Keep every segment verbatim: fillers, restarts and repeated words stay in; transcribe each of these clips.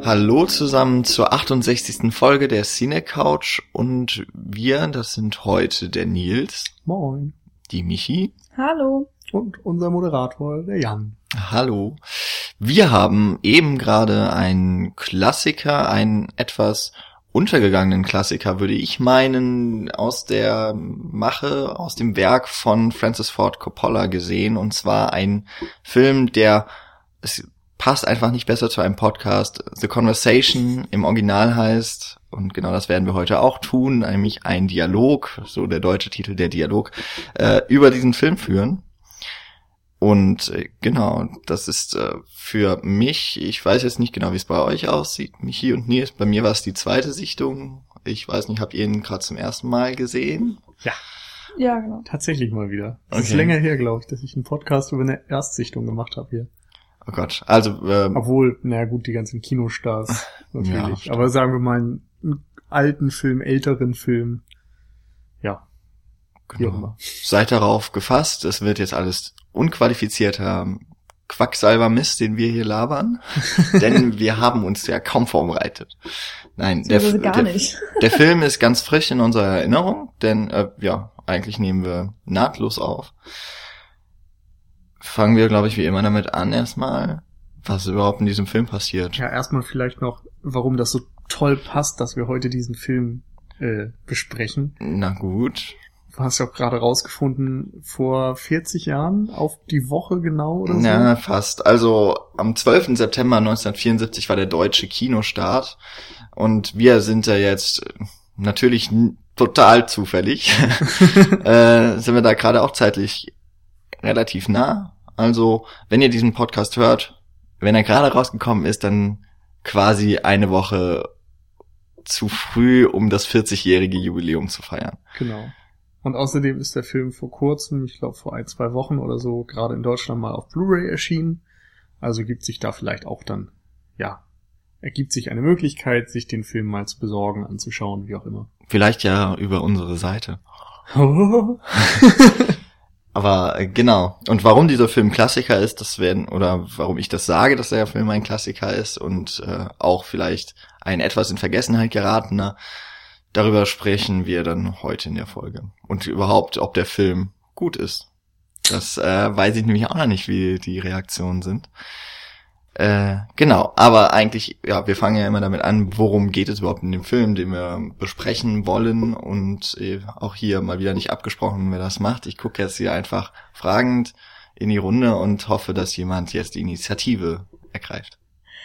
Hallo zusammen zur achtundsechzigsten Folge der Cine Couch und wir, das sind heute der Nils. Moin. Die Michi. Hallo. Und unser Moderator, der Jan. Hallo. Wir haben eben gerade einen Klassiker, einen etwas untergegangenen Klassiker, würde ich meinen, aus der Mache, aus dem Werk von Francis Ford Coppola gesehen. Und zwar ein Film, der, es passt einfach nicht besser zu einem Podcast, The Conversation im Original heißt, und genau das werden wir heute auch tun, nämlich ein Dialog, so der deutsche Titel, der Dialog, äh, über diesen Film führen. Und äh, genau, das ist äh, für mich, ich weiß jetzt nicht genau, wie es bei euch aussieht, Michi und Nils, bei mir war es die zweite Sichtung. Ich weiß nicht, habt ihr ihn gerade zum ersten Mal gesehen? Ja. Ja, genau. Tatsächlich mal wieder. Das Okay. ist länger her, glaube ich, dass ich einen Podcast über eine Erstsichtung gemacht habe hier. Oh Gott, also ähm, Obwohl, naja gut, die ganzen Kinostars natürlich. Ja, aber sagen wir mal einen, einen alten Film, älteren Film. Ja, wie auch genau. immer. Seid darauf gefasst, es wird jetzt alles unqualifizierter Quacksalber-Mist, den wir hier labern, denn wir haben uns ja kaum vorbereitet. Nein, der, Also gar der, nicht. der Film ist ganz frisch in unserer Erinnerung, denn äh, ja, eigentlich nehmen wir nahtlos auf. Fangen wir, glaube ich, wie immer damit an erstmal, was überhaupt in diesem Film passiert. Ja, erstmal vielleicht noch, warum das so toll passt, dass wir heute diesen Film äh, besprechen. Na gut. Du hast ja auch gerade rausgefunden, vor vierzig Jahren, auf die Woche genau oder so. Ja, fast. Also am zwölften September neunzehnhundertvierundsiebzig war der deutsche Kinostart und wir sind ja jetzt natürlich n- total zufällig, äh, sind wir da gerade auch zeitlich relativ nah. Also wenn ihr diesen Podcast hört, wenn er gerade rausgekommen ist, dann quasi eine Woche zu früh, um das vierzigjährige Jubiläum zu feiern. Genau. Und außerdem ist der Film vor kurzem, ich glaube vor ein, zwei Wochen oder so, gerade in Deutschland mal auf Blu-ray erschienen. Also gibt sich da vielleicht auch dann, ja, ergibt sich eine Möglichkeit, sich den Film mal zu besorgen, anzuschauen, wie auch immer. Vielleicht ja über unsere Seite. Aber äh, genau. Und warum dieser Film Klassiker ist, das werden, oder warum ich das sage, dass der Film ein Klassiker ist und äh, auch vielleicht ein etwas in Vergessenheit geratener, darüber sprechen wir dann heute in der Folge. Und überhaupt, ob der Film gut ist. Das äh, weiß ich nämlich auch noch nicht, wie die Reaktionen sind. Äh, genau, aber eigentlich, ja, wir fangen ja immer damit an, worum geht es überhaupt in dem Film, den wir besprechen wollen, und äh, auch hier mal wieder nicht abgesprochen, wer das macht. Ich gucke jetzt hier einfach fragend in die Runde und hoffe, dass jemand jetzt die Initiative ergreift.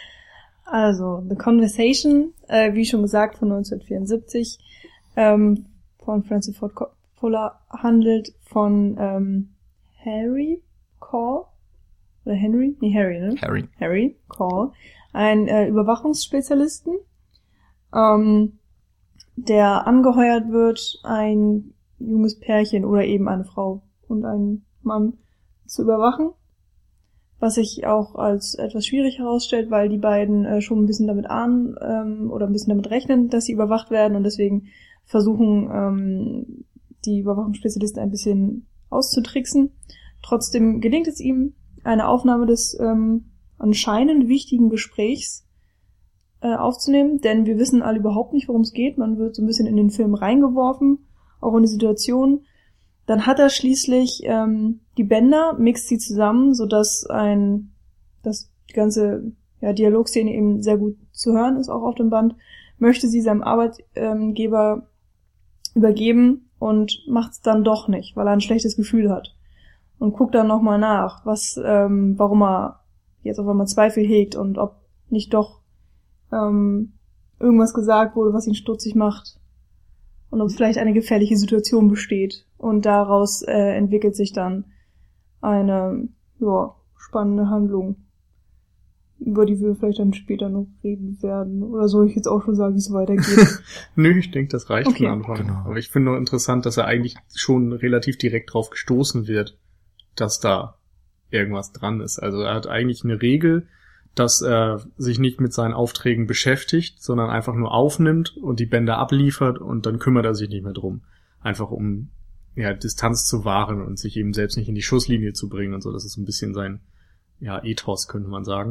Also, The Conversation, äh, wie schon gesagt, von neunzehnhundertvierundsiebzig, ähm, von Francis Ford Coppola, handelt von ähm, Harry Call, oder Henry? Nee, Harry, ne? Harry. Harry Call, ein äh, Überwachungsspezialisten, ähm, der angeheuert wird, ein junges Pärchen oder eben eine Frau und einen Mann zu überwachen, was sich auch als etwas schwierig herausstellt, weil die beiden äh, schon ein bisschen damit ahnen ähm, oder ein bisschen damit rechnen, dass sie überwacht werden, und deswegen versuchen ähm, die Überwachungsspezialisten ein bisschen auszutricksen. Trotzdem gelingt es ihm, eine Aufnahme des ähm, anscheinend wichtigen Gesprächs äh, aufzunehmen, denn wir wissen alle überhaupt nicht, worum es geht. Man wird so ein bisschen in den Film reingeworfen, auch in die Situation. Dann hat er schließlich ähm, die Bänder, mixt sie zusammen, sodass ein, dass die ganze ja, Dialogszene eben sehr gut zu hören ist, auch auf dem Band, möchte sie seinem Arbeitgeber übergeben und macht es dann doch nicht, weil er ein schlechtes Gefühl hat. Und guckt dann nochmal nach, was, ähm, warum er jetzt auf einmal Zweifel hegt und ob nicht doch ähm, irgendwas gesagt wurde, was ihn stutzig macht. Und ob vielleicht eine gefährliche Situation besteht. Und daraus äh, entwickelt sich dann eine ja, spannende Handlung, über die wir vielleicht dann später noch reden werden. Oder soll ich jetzt auch schon sagen, wie es weitergeht? Nö, ich denke, das reicht Okay. von Anfang an. Genau. Aber ich finde nur interessant, dass er eigentlich schon relativ direkt drauf gestoßen wird, dass da irgendwas dran ist. Also er hat eigentlich eine Regel, dass er sich nicht mit seinen Aufträgen beschäftigt, sondern einfach nur aufnimmt und die Bänder abliefert, und dann kümmert er sich nicht mehr drum. Einfach um ja Distanz zu wahren und sich eben selbst nicht in die Schusslinie zu bringen und so. Das ist ein bisschen sein ja Ethos, könnte man sagen.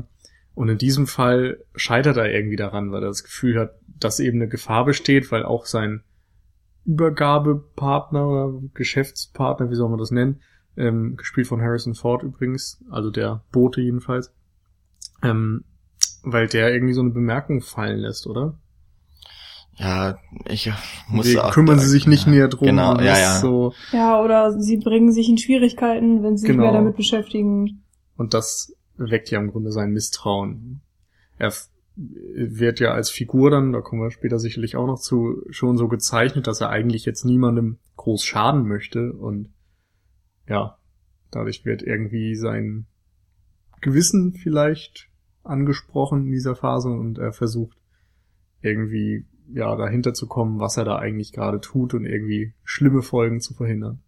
Und in diesem Fall scheitert er irgendwie daran, weil er das Gefühl hat, dass eben eine Gefahr besteht, weil auch sein Übergabepartner oder Geschäftspartner, wie soll man das nennen, ähm, gespielt von Harrison Ford übrigens, also der Bote jedenfalls, ähm, weil der irgendwie so eine Bemerkung fallen lässt, oder? Ja, ich muss Deswegen auch... kümmern sie sich nicht ja, mehr drum. Genau, ja, ja. So, Ja, oder sie bringen sich in Schwierigkeiten, wenn sie sich Genau. mehr damit beschäftigen. und das weckt ja im Grunde sein Misstrauen. Er f- wird ja als Figur dann, da kommen wir später sicherlich auch noch zu, schon so gezeichnet, dass er eigentlich jetzt niemandem groß schaden möchte und ja, dadurch wird irgendwie sein Gewissen vielleicht angesprochen in dieser Phase und er versucht irgendwie ja dahinter zu kommen, was er da eigentlich gerade tut und irgendwie schlimme Folgen zu verhindern.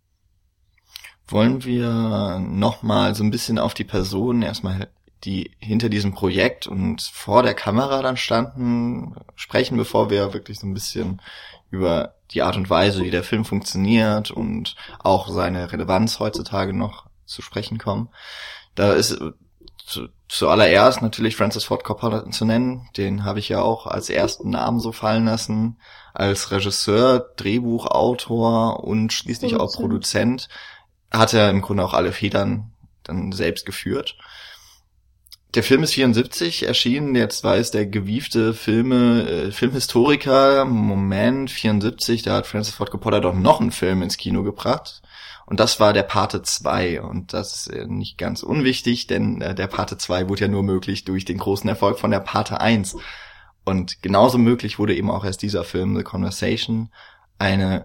Wollen wir nochmal so ein bisschen auf die Personen erstmal, die hinter diesem Projekt und vor der Kamera dann standen, sprechen, bevor wir wirklich so ein bisschen über die Art und Weise, wie der Film funktioniert und auch seine Relevanz heutzutage noch zu sprechen kommen. Da ist zu, zuallererst natürlich Francis Ford Coppola zu nennen. Den habe ich ja auch als ersten Namen so fallen lassen. Als Regisseur, Drehbuchautor und schließlich Produzent. auch Produzent hat er im Grunde auch alle Federn dann selbst geführt. Der Film ist vierundsiebzig erschienen, jetzt weiß der gewiefte Filme, äh, Filmhistoriker, Moment, vierundsiebzig, da hat Francis Ford Coppola doch noch einen Film ins Kino gebracht. Und das war der Pate zwei. Und das ist äh, nicht ganz unwichtig, denn äh, der Pate zwei wurde ja nur möglich durch den großen Erfolg von der Pate eins. Und genauso möglich wurde eben auch erst dieser Film, The Conversation, eine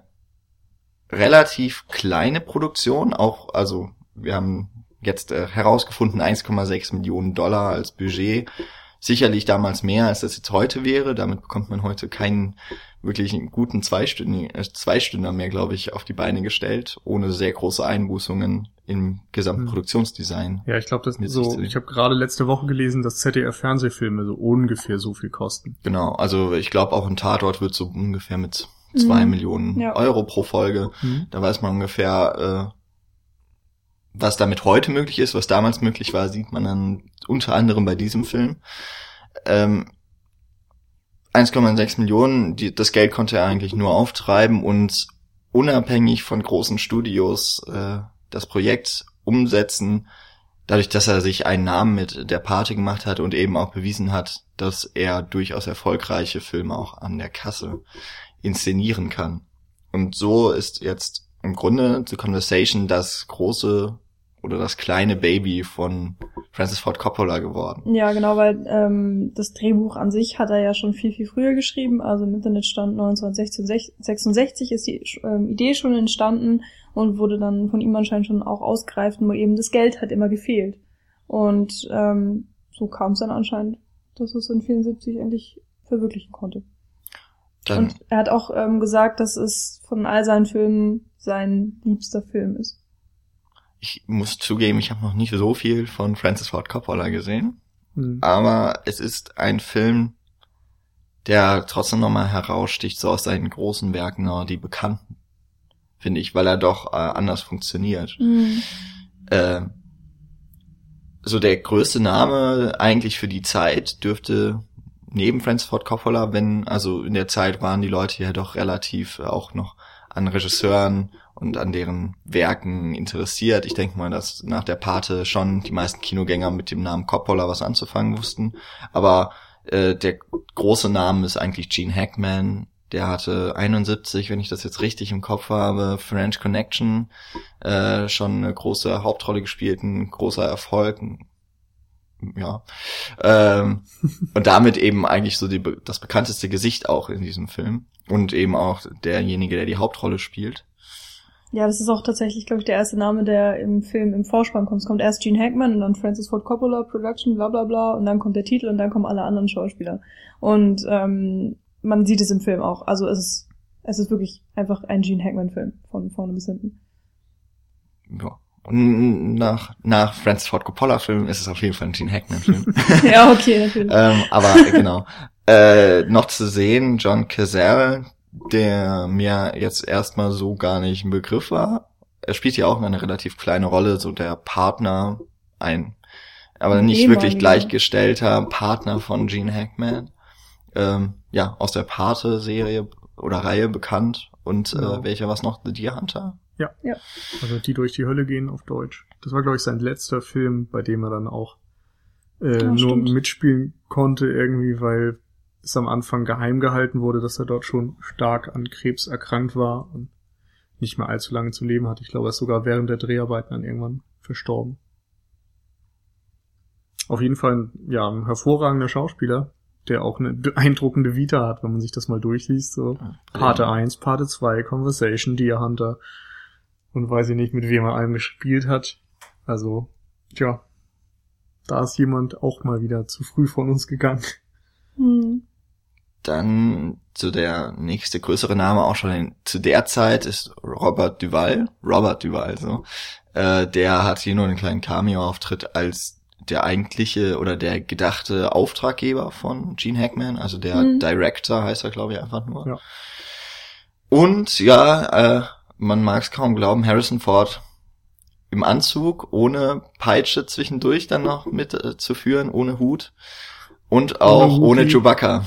relativ kleine Produktion, auch, also wir haben jetzt äh, herausgefunden, eins Komma sechs Millionen Dollar als Budget. Sicherlich damals mehr, als das jetzt heute wäre. Damit bekommt man heute keinen wirklich guten Zweistünder, äh, Zweistünder mehr, glaube ich, auf die Beine gestellt, ohne sehr große Einbußungen im gesamten Hm. Produktionsdesign. Ja, ich glaube, das Mit so, sechzehn. ich habe gerade letzte Woche gelesen, dass Z D F-Fernsehfilme so ungefähr so viel kosten. Genau, also ich glaube auch ein Tatort wird so ungefähr mit zwei Mhm. Millionen Ja. Euro pro Folge. Mhm. Da weiß man ungefähr, äh, was damit heute möglich ist, was damals möglich war, sieht man dann unter anderem bei diesem Film. Ähm, eins Komma sechs Millionen, die, das Geld konnte er eigentlich nur auftreiben und unabhängig von großen Studios äh, das Projekt umsetzen, dadurch, dass er sich einen Namen mit der Pate gemacht hat und eben auch bewiesen hat, dass er durchaus erfolgreiche Filme auch an der Kasse inszenieren kann. Und so ist jetzt im Grunde The Conversation das große oder das kleine Baby von Francis Ford Coppola geworden. Ja, genau, weil ähm, das Drehbuch an sich hat er ja schon viel, viel früher geschrieben. Also im Internet stand neunzehnhundertsechsundsechzig ist die ähm, Idee schon entstanden und wurde dann von ihm anscheinend schon auch ausgereift, nur eben das Geld hat immer gefehlt. Und ähm, so kam es dann anscheinend, dass es in vierundsiebzig endlich verwirklichen konnte. Dann, Und er hat auch ähm, gesagt, dass es von all seinen Filmen sein liebster Film ist. ich muss zugeben, ich habe noch nicht so viel von Francis Ford Coppola gesehen, Mhm. aber es ist ein Film, der trotzdem nochmal heraussticht, so aus seinen großen Werken, auch die bekannten, finde ich, weil er doch äh, anders funktioniert. Mhm. Äh, so der größte Name eigentlich für die Zeit dürfte neben Francis Ford Coppola, wenn, also in der Zeit waren die Leute ja doch relativ auch noch an Regisseuren und an deren Werken interessiert. Ich denke mal, dass nach der Pate schon die meisten Kinogänger mit dem Namen Coppola was anzufangen wussten. Aber äh, der große Name ist eigentlich Gene Hackman. Der hatte einundsiebzig, wenn ich das jetzt richtig im Kopf habe, French Connection, äh, schon eine große Hauptrolle gespielt, ein großer Erfolg. Ja. Ähm, und damit eben eigentlich so die, das bekannteste Gesicht auch in diesem Film. Und eben auch derjenige, der die Hauptrolle spielt. Ja, das ist auch tatsächlich, glaube ich, der erste Name, der im Film im Vorspann kommt. Es kommt erst Gene Hackman und dann Francis Ford Coppola, Production, bla bla bla, und dann kommt der Titel und dann kommen alle anderen Schauspieler. Und ähm, man sieht es im Film auch. Also es ist, es ist wirklich einfach ein Gene Hackman-Film, von vorne bis hinten. Ja. Und nach, nach Francis Ford Coppola-Filmen ist es auf jeden Fall ein Gene Hackman-Film. Ja, okay, natürlich. ähm, aber genau. Äh, noch zu sehen, John Cazale, der mir jetzt erstmal so gar nicht ein Begriff war. Er spielt ja auch eine relativ kleine Rolle, so der Partner, ein aber nicht Ehemaliger. wirklich gleichgestellter Partner von Gene Hackman. Ähm, ja, aus der Pate-Serie oder Reihe bekannt. Und Genau. äh, welcher war's noch? The Deer Hunter? Ja. Ja. Also die durch die Hölle gehen auf Deutsch. Das war, glaube ich, sein letzter Film, bei dem er dann auch äh, Ja, nur stimmt. mitspielen konnte irgendwie, weil es am Anfang geheim gehalten wurde, dass er dort schon stark an Krebs erkrankt war und nicht mehr allzu lange zu leben hatte. Ich glaube, er ist sogar während der Dreharbeiten dann irgendwann verstorben. Auf jeden Fall ein, ja, ein hervorragender Schauspieler, der auch eine beeindruckende Vita hat, wenn man sich das mal durchliest. So Pate eins, Pate zwei, Conversation, Deer Hunter und weiß ich nicht, mit wem er allem gespielt hat. Also, tja, da ist jemand auch mal wieder zu früh von uns gegangen. Hm. Dann zu der nächste größere Name auch schon in, zu der Zeit ist Robert Duvall. Robert Duvall, so. Äh, der hat hier nur einen kleinen Cameo-Auftritt als der eigentliche oder der gedachte Auftraggeber von Gene Hackman, also der Mhm. Director heißt er, glaube ich, einfach nur. Ja. Und ja, äh, man mag es kaum glauben, Harrison Ford im Anzug, ohne Peitsche zwischendurch dann noch mit äh, zu führen, ohne Hut und auch Ohne ohne Wookie. Chewbacca.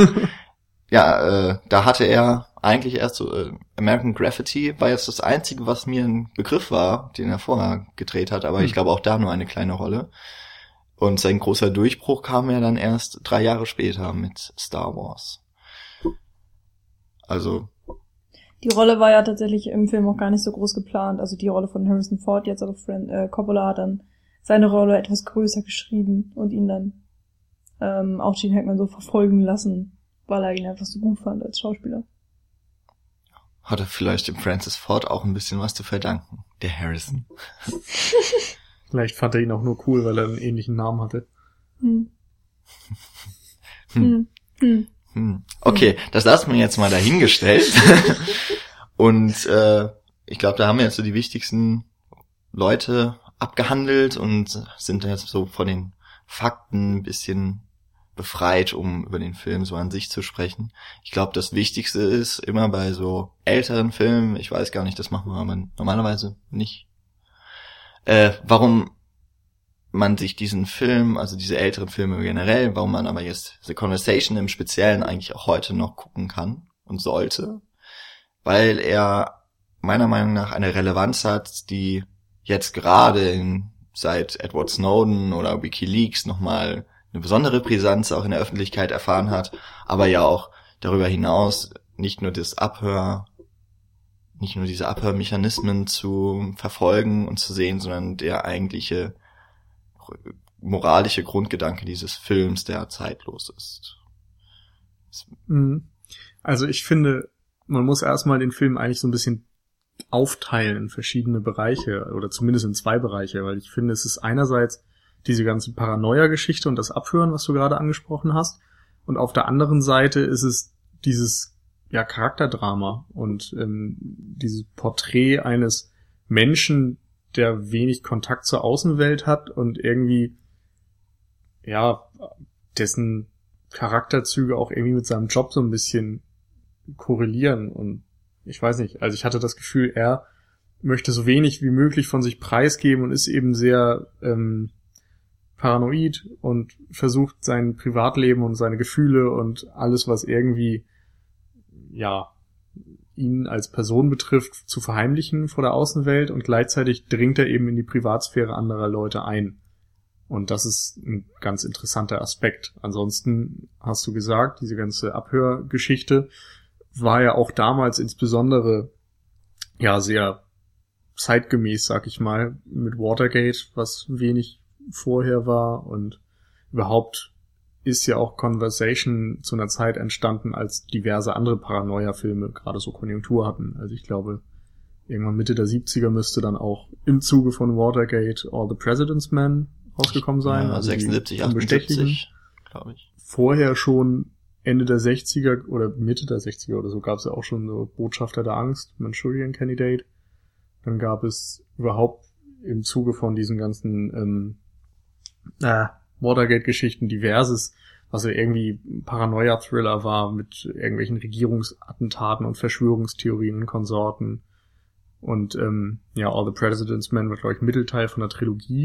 Ja, äh, da hatte er eigentlich erst so äh, American Graffiti war jetzt das Einzige, was mir ein Begriff war, den er vorher gedreht hat, aber Hm. ich glaube auch da nur eine kleine Rolle. Und sein großer Durchbruch kam ja dann erst drei Jahre später mit Star Wars. Also, Die Rolle war ja tatsächlich im Film auch gar nicht so groß geplant. Also die Rolle von Harrison Ford, jetzt aber Fran- äh, Coppola hat dann seine Rolle etwas größer geschrieben und ihn dann ähm, auch Gene Hackman so verfolgen lassen, weil er ihn einfach so gut fand als Schauspieler. hatte vielleicht dem Francis Ford auch ein bisschen was zu verdanken, der Harrison. Vielleicht fand er ihn auch nur cool, weil er einen ähnlichen Namen hatte. Hm. Hm. Hm. Hm. Hm. Okay, das lassen wir jetzt mal dahingestellt. Und äh, ich glaube, da haben wir jetzt so die wichtigsten Leute abgehandelt und sind jetzt so von den Fakten ein bisschen befreit, um über den Film so an sich zu sprechen. Ich glaube, das Wichtigste ist immer bei so älteren Filmen, ich weiß gar nicht, das machen wir aber normalerweise nicht, äh, warum man sich diesen Film, also diese älteren Filme generell, warum man aber jetzt The Conversation im Speziellen eigentlich auch heute noch gucken kann und sollte, weil er meiner Meinung nach eine Relevanz hat, die jetzt gerade in, seit Edward Snowden oder WikiLeaks nochmal eine besondere Brisanz auch in der Öffentlichkeit erfahren hat, aber ja auch darüber hinaus nicht nur das Abhör, nicht nur diese Abhörmechanismen zu verfolgen und zu sehen, sondern der eigentliche moralische Grundgedanke dieses Films, der zeitlos ist. Also ich finde, man muss erstmal den Film eigentlich so ein bisschen aufteilen in verschiedene Bereiche oder zumindest in zwei Bereiche, weil ich finde, es ist einerseits diese ganze Paranoia-Geschichte und das Abhören, was du gerade angesprochen hast, und auf der anderen Seite ist es dieses ja Charakterdrama und ähm, dieses Porträt eines Menschen, der wenig Kontakt zur Außenwelt hat und irgendwie ja dessen Charakterzüge auch irgendwie mit seinem Job so ein bisschen korrelieren. Und ich weiß nicht, also ich hatte das Gefühl, er möchte so wenig wie möglich von sich preisgeben und ist eben sehr ähm, paranoid und versucht sein Privatleben und seine Gefühle und alles, was irgendwie ja ihn als Person betrifft, zu verheimlichen vor der Außenwelt, und gleichzeitig dringt er eben in die Privatsphäre anderer Leute ein. Und das ist ein ganz interessanter Aspekt. Ansonsten hast du gesagt, diese ganze Abhörgeschichte war ja auch damals insbesondere ja sehr zeitgemäß, sag ich mal, mit Watergate, was wenig vorher war, und überhaupt ist ja auch Conversation zu einer Zeit entstanden, als diverse andere Paranoia-Filme gerade so Konjunktur hatten. Also ich glaube, irgendwann Mitte der siebziger müsste dann auch im Zuge von Watergate All the President's Men rausgekommen sein. Ja, also sechsundsiebzig, Unbestechlichen. achtundsiebzig, glaube ich. Vorher schon Ende der sechziger oder Mitte der sechziger oder so gab es ja auch schon so Botschafter der Angst, Manchurian Candidate. Dann gab es überhaupt im Zuge von diesen ganzen ähm, äh, Watergate-Geschichten diverses, was ja irgendwie Paranoia-Thriller war mit irgendwelchen Regierungsattentaten und Verschwörungstheorien und Konsorten. Und ähm, ja, All the President's Men war, glaube ich, Mittelteil von der Trilogie,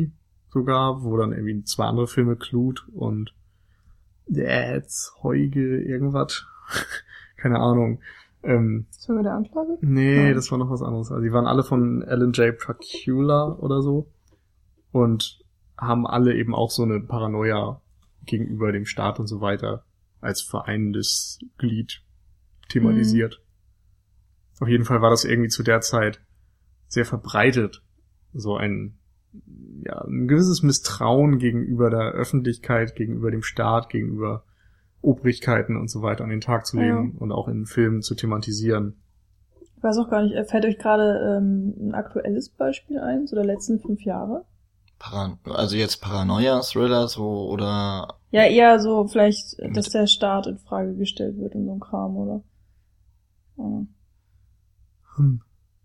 sogar, wo dann irgendwie zwei andere Filme, Clute und Dads, Heuge, irgendwas. Keine Ahnung. Ähm, Das war der Anklage? nee, Ja. das war noch was anderes. Also die waren alle von Alan J. Pakula oder so und haben alle eben auch so eine Paranoia gegenüber dem Staat und so weiter als vereinendes Glied thematisiert. Mhm. Auf jeden Fall war das irgendwie zu der Zeit sehr verbreitet, so ein, ja, ein gewisses Misstrauen gegenüber der Öffentlichkeit, gegenüber dem Staat, gegenüber Obrigkeiten und so weiter an den Tag zu legen ja. und auch in Filmen zu thematisieren. Ich weiß auch gar nicht, fällt euch gerade ähm, ein aktuelles Beispiel ein, so der letzten fünf Jahre? Paran- also jetzt Paranoia-Thriller so oder... Ja, eher so vielleicht, dass der Staat in Frage gestellt wird und so ein Kram, oder? Ja. Hm.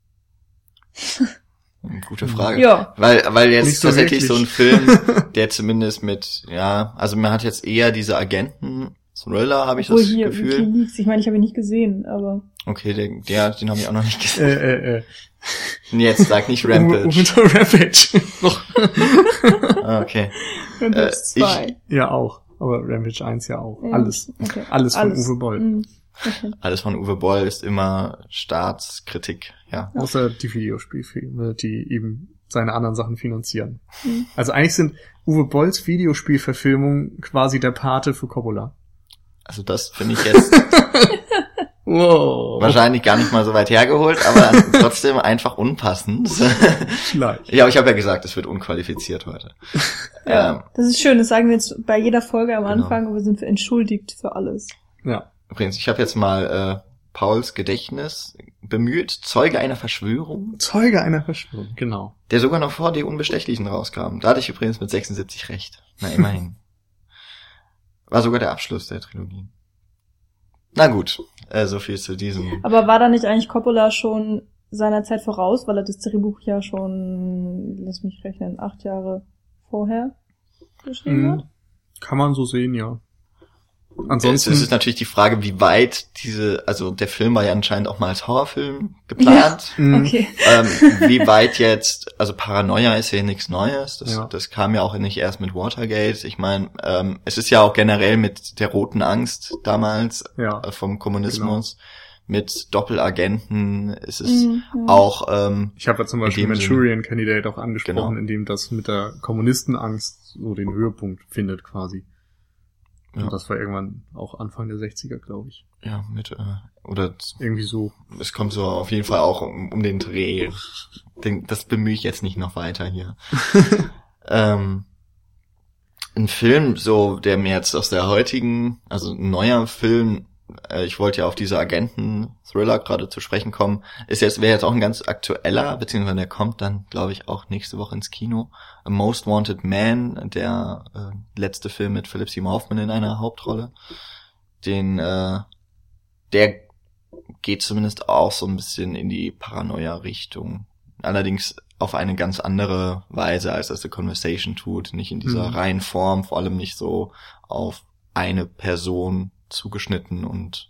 Gute Frage. Ja. Weil, weil jetzt Nicht so tatsächlich wirklich. so ein Film, der zumindest mit, ja, also man hat jetzt eher diese Agenten-Thriller, habe ich Obwohl das hier Gefühl. WikiLeaks, ich meine, ich habe ihn nicht gesehen, aber... Okay, den, der, den habe ich auch noch nicht gesehen. Äh, äh, äh. Jetzt sag nicht Rampage. Unter Rampage. Noch. Ah, okay. Rampage Äh, zwei. Ja, auch. Aber Rampage eins ja auch. Ja, Alles. okay. Alles von Alles. Uwe Boll. Mhm. Okay. Alles von Uwe Boll ist immer Staatskritik, ja. Ja. Außer die Videospielfilme, die eben seine anderen Sachen finanzieren. Mhm. Also eigentlich sind Uwe Bolls Videospielverfilmungen quasi der Pate für Coppola. Also das finde ich jetzt Wow. wahrscheinlich gar nicht mal so weit hergeholt, aber trotzdem einfach unpassend. Vielleicht. Ja, aber ich habe ja gesagt, es wird unqualifiziert heute. Ja, Ähm, das ist schön, das sagen wir jetzt bei jeder Folge am Genau. Anfang und wir sind entschuldigt für alles. Ja. übrigens, ich habe jetzt mal äh, Pauls Gedächtnis bemüht, Zeuge einer Verschwörung, Zeuge einer Verschwörung, genau. der sogar noch vor Die Unbestechlichen rauskam. Da hatte ich übrigens mit sechsundsiebzig recht. Na, immerhin. War sogar der Abschluss der Trilogie. Na gut, äh, so viel zu diesem. Aber war da nicht eigentlich Coppola schon seiner Zeit voraus, weil er das Drehbuch ja schon, lass mich rechnen, acht Jahre vorher geschrieben hat? Mhm. Kann man so sehen, ja. Ansonsten Ansonsten es ist natürlich die Frage, wie weit diese, also der Film war ja anscheinend auch mal als Horrorfilm geplant. Mhm. Okay. Ähm, wie weit jetzt, also Paranoia ist ja nichts Neues, das, Ja. das kam ja auch nicht erst mit Watergate. Ich meine, ähm, es ist ja auch generell mit der roten Angst damals Ja. äh, vom Kommunismus, mit Doppelagenten, es ist Mhm, ja. auch, ähm, Ich habe ja zum Beispiel In dem Manchurian Candidate auch angesprochen, Genau. in dem das mit der Kommunistenangst so den Höhepunkt findet quasi. ja, Und das war irgendwann auch Anfang der sechziger, glaube ich. ja, mit, äh, oder Irgendwie so. es kommt so auf jeden Fall auch um, um den Dreh. Den, das bemühe ich jetzt nicht noch weiter hier. ähm, ein Film, so, der mir jetzt aus der heutigen, also ein neuer Film, äh, ich wollte ja auf diese Agenten-Thriller gerade zu sprechen kommen, ist jetzt, wäre jetzt auch ein ganz aktueller, beziehungsweise der kommt dann, glaube ich, auch nächste Woche ins Kino. A Most Wanted Man, der äh, letzte Film mit Philip Seymour Hoffman in einer Hauptrolle. Den, äh, der geht zumindest auch so ein bisschen in die Paranoia-Richtung. Allerdings auf eine ganz andere Weise, als das The Conversation tut. Nicht in dieser Mhm. reinen Form, vor allem nicht so auf eine Person zugeschnitten. Und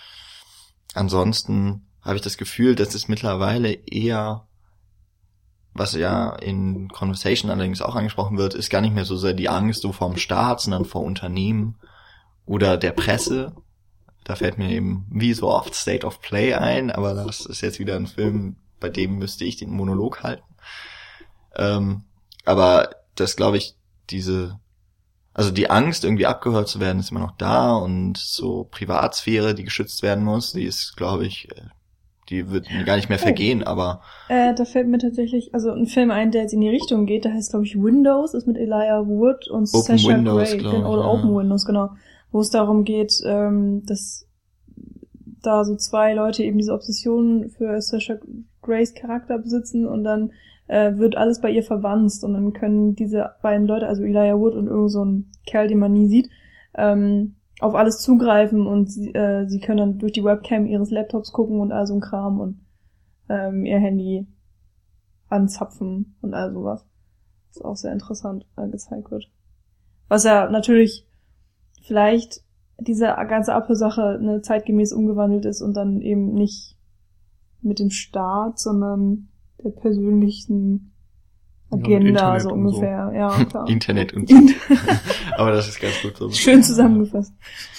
ansonsten habe ich das Gefühl, dass es mittlerweile eher, was ja in Conversation allerdings auch angesprochen wird, ist gar nicht mehr so sehr die Angst so vom Staat, sondern vor Unternehmen oder der Presse. Da fällt mir eben wie so oft State of Play ein, aber das ist jetzt wieder ein Film, bei dem müsste ich den Monolog halten. Ähm, aber das, glaube ich, diese, also die Angst, irgendwie abgehört zu werden, ist immer noch da und so Privatsphäre, die geschützt werden muss, die ist, glaube ich, die wird gar nicht mehr vergehen, oh. aber... Äh, da fällt mir tatsächlich, also ein Film ein, der jetzt in die Richtung geht, der heißt, glaube ich, Windows, ist mit Elijah Wood und Open Sacha Windows, Grey, glaub ich, oder ja. Open Windows, genau, wo es darum geht, ähm, dass da so zwei Leute eben diese Obsession für Sacha Greys Charakter besitzen und dann äh, wird alles bei ihr verwanzt und dann können diese beiden Leute, also Elijah Wood und irgend so ein Kerl, den man nie sieht, ähm, auf alles zugreifen und sie, äh, sie können dann durch die Webcam ihres Laptops gucken und all so ein Kram und ähm, ihr Handy anzapfen und all sowas. Was auch sehr interessant äh, gezeigt wird. Was ja natürlich vielleicht diese ganze Apple-Sache eine zeitgemäß umgewandelt ist und dann eben nicht mit dem Staat, sondern der persönlichen Agenda, ja, so und ungefähr. So. Ja, klar. Internet und so. Aber das ist ganz gut so. Schön zusammengefasst.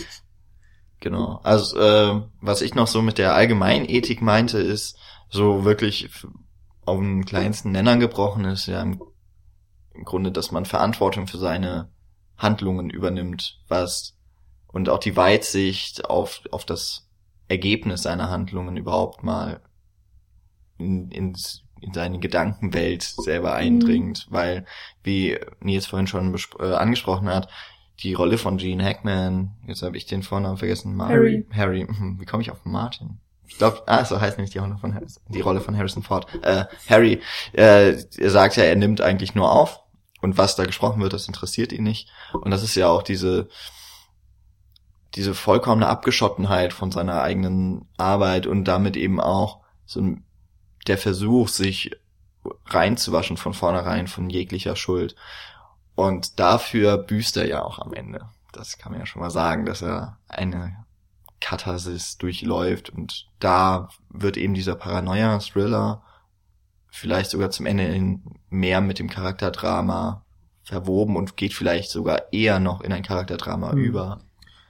Genau. Also äh, was ich noch so mit der Allgemeinethik meinte, ist so wirklich auf den kleinsten Nenner gebrochen ist ja im, im Grunde, dass man Verantwortung für seine Handlungen übernimmt, was und auch die Weitsicht auf auf das Ergebnis seiner Handlungen überhaupt mal in, ins, in seine Gedankenwelt selber eindringt, mhm. weil, wie Nils vorhin schon besp- äh, angesprochen hat, die Rolle von Gene Hackman, jetzt habe ich den Vornamen vergessen, Mar- Harry. Harry, wie komme ich auf Martin? Ich glaube, ah, so heißt nämlich die Rolle von Harrison, die Rolle von Harrison Ford. Äh, Harry, äh, er sagt ja, er nimmt eigentlich nur auf und was da gesprochen wird, das interessiert ihn nicht. Und das ist ja auch diese diese vollkommene Abgeschottenheit von seiner eigenen Arbeit und damit eben auch so ein, der Versuch, sich reinzuwaschen von vornherein von jeglicher Schuld. Und dafür büßt er ja auch am Ende. Das kann man ja schon mal sagen, dass er eine Katharsis durchläuft und da wird eben dieser Paranoia-Thriller vielleicht sogar zum Ende in mehr mit dem Charakterdrama verwoben und geht vielleicht sogar eher noch in ein Charakterdrama hm. über.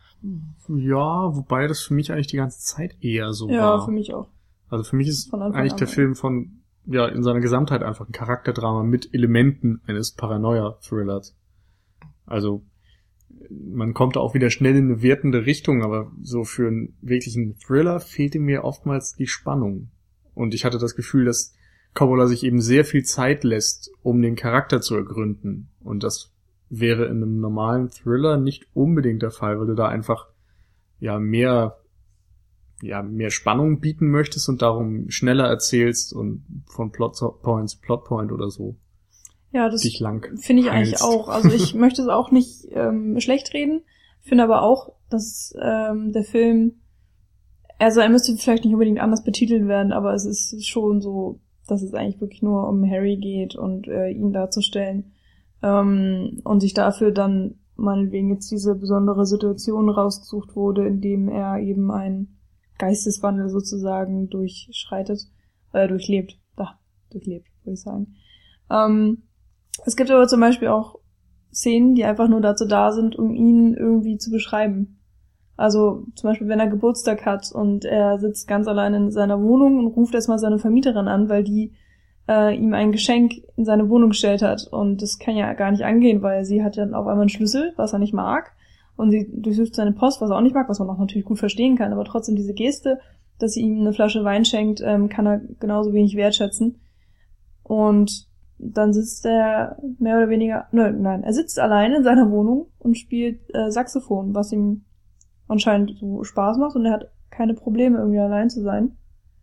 Ja, wobei das für mich eigentlich die ganze Zeit eher so ja, war. Ja, für mich auch. Also für mich ist eigentlich der Film von, ja, in seiner Gesamtheit einfach ein Charakterdrama mit Elementen eines Paranoia-Thrillers. Also, man kommt da auch wieder schnell in eine wertende Richtung, aber so für einen wirklichen Thriller fehlte mir oftmals die Spannung. Und ich hatte das Gefühl, dass Coppola sich eben sehr viel Zeit lässt, um den Charakter zu ergründen. Und das wäre in einem normalen Thriller nicht unbedingt der Fall, weil du da einfach, ja, mehr, ja, mehr Spannung bieten möchtest und darum schneller erzählst und von Plotpoint zu Plotpoint oder so. Ja, das dich lang finde ich heilst. eigentlich auch. Also ich möchte es auch nicht ähm, schlecht reden, finde aber auch, dass ähm, der Film, also er müsste vielleicht nicht unbedingt anders betitelt werden, aber es ist schon so, dass es eigentlich wirklich nur um Harry geht und äh, ihn darzustellen ähm, und sich dafür dann meinetwegen jetzt diese besondere Situation rausgesucht wurde, in dem er eben einen Geisteswandel sozusagen durchschreitet, äh, durchlebt, da, durchlebt, würde ich sagen. Ähm, es gibt aber zum Beispiel auch Szenen, die einfach nur dazu da sind, um ihn irgendwie zu beschreiben. Also zum Beispiel, wenn er Geburtstag hat und er sitzt ganz allein in seiner Wohnung und ruft erstmal seine Vermieterin an, weil die äh, ihm ein Geschenk in seine Wohnung gestellt hat. Und das kann ja gar nicht angehen, weil sie hat dann auf einmal einen Schlüssel, was er nicht mag. Und sie durchsucht seine Post, was er auch nicht mag, was man auch natürlich gut verstehen kann. Aber trotzdem diese Geste, dass sie ihm eine Flasche Wein schenkt, ähm, kann er genauso wenig wertschätzen. Und dann sitzt er mehr oder weniger, nein, nein, er sitzt alleine in seiner Wohnung und spielt äh, Saxophon, was ihm anscheinend so Spaß macht und er hat keine Probleme, irgendwie allein zu sein.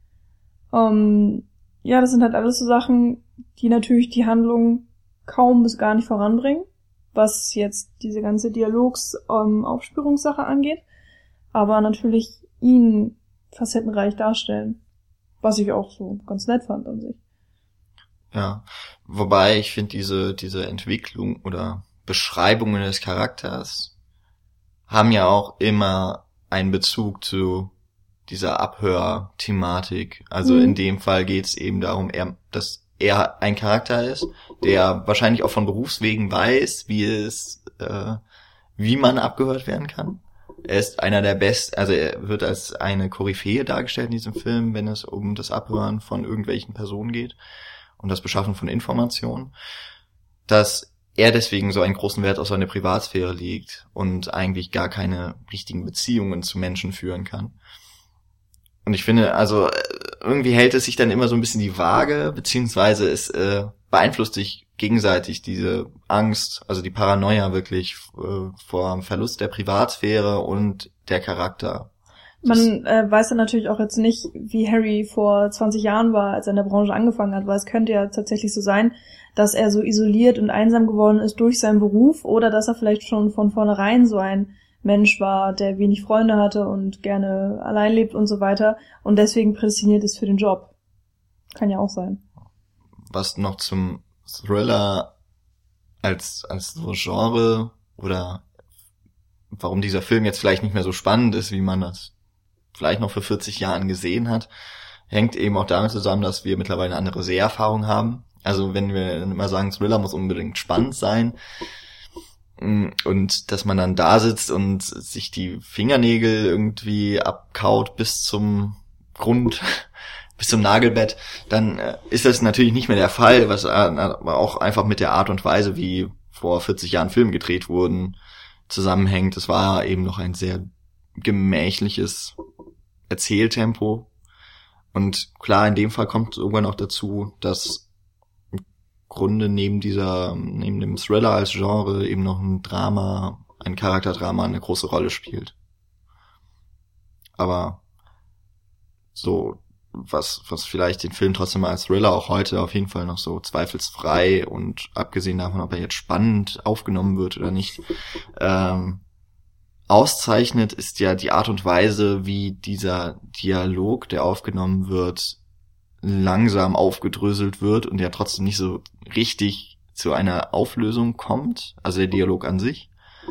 Ähm, ja, das sind halt alles so Sachen, die natürlich die Handlung kaum bis gar nicht voranbringen, was jetzt diese ganze Dialogs-Aufspürungssache ähm, angeht, aber natürlich ihn facettenreich darstellen, was ich auch so ganz nett fand an sich. Ja, wobei ich finde diese diese Entwicklung oder Beschreibungen des Charakters haben ja auch immer einen Bezug zu dieser Abhör-Thematik. Also mhm. in dem Fall geht es eben darum, er, dass er ein Charakter ist, der wahrscheinlich auch von Berufswegen weiß, wie es, äh, wie man abgehört werden kann. Er ist einer der besten, also er wird als eine Koryphäe dargestellt in diesem Film, wenn es um das Abhören von irgendwelchen Personen geht und das Beschaffen von Informationen, dass er deswegen so einen großen Wert auf seine Privatsphäre legt und eigentlich gar keine richtigen Beziehungen zu Menschen führen kann. Und ich finde, also irgendwie hält es sich dann immer so ein bisschen die Waage, beziehungsweise es äh, beeinflusst sich gegenseitig diese Angst, also die Paranoia wirklich äh, vor dem Verlust der Privatsphäre und der Charakter. Man äh, weiß dann natürlich auch jetzt nicht, wie Harry vor zwanzig Jahren war, als er in der Branche angefangen hat, weil es könnte ja tatsächlich so sein, dass er so isoliert und einsam geworden ist durch seinen Beruf oder dass er vielleicht schon von vornherein so ein Mensch war, der wenig Freunde hatte und gerne allein lebt und so weiter und deswegen prädestiniert ist für den Job. Kann ja auch sein. Was noch zum Thriller als als so Genre oder warum dieser Film jetzt vielleicht nicht mehr so spannend ist, wie man das vielleicht noch vor vierzig Jahren gesehen hat, hängt eben auch damit zusammen, dass wir mittlerweile eine andere Seherfahrung haben. Also wenn wir immer sagen, Thriller muss unbedingt spannend sein und dass man dann da sitzt und sich die Fingernägel irgendwie abkaut bis zum Grund, bis zum Nagelbett, dann ist das natürlich nicht mehr der Fall, was aber auch einfach mit der Art und Weise, wie vor vierzig Jahren Filme gedreht wurden, zusammenhängt. Es war eben noch ein sehr gemächliches Erzähltempo. Und klar, in dem Fall kommt irgendwann noch dazu, dass im Grunde neben dieser, neben dem Thriller als Genre eben noch ein Drama, ein Charakterdrama eine große Rolle spielt. Aber so, was, was vielleicht den Film trotzdem als Thriller auch heute auf jeden Fall noch so zweifelsfrei und abgesehen davon, ob er jetzt spannend aufgenommen wird oder nicht, ähm, auszeichnet, ist ja die Art und Weise, wie dieser Dialog, der aufgenommen wird, langsam aufgedröselt wird und ja trotzdem nicht so richtig zu einer Auflösung kommt, also der Dialog an sich.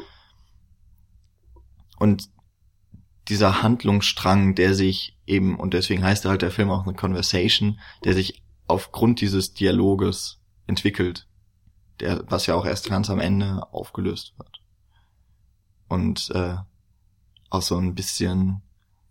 Und dieser Handlungsstrang, der sich eben, und deswegen heißt halt der Film auch eine Conversation, der sich aufgrund dieses Dialoges entwickelt, der, was ja auch erst ganz am Ende aufgelöst wird. Und äh, auch so ein bisschen,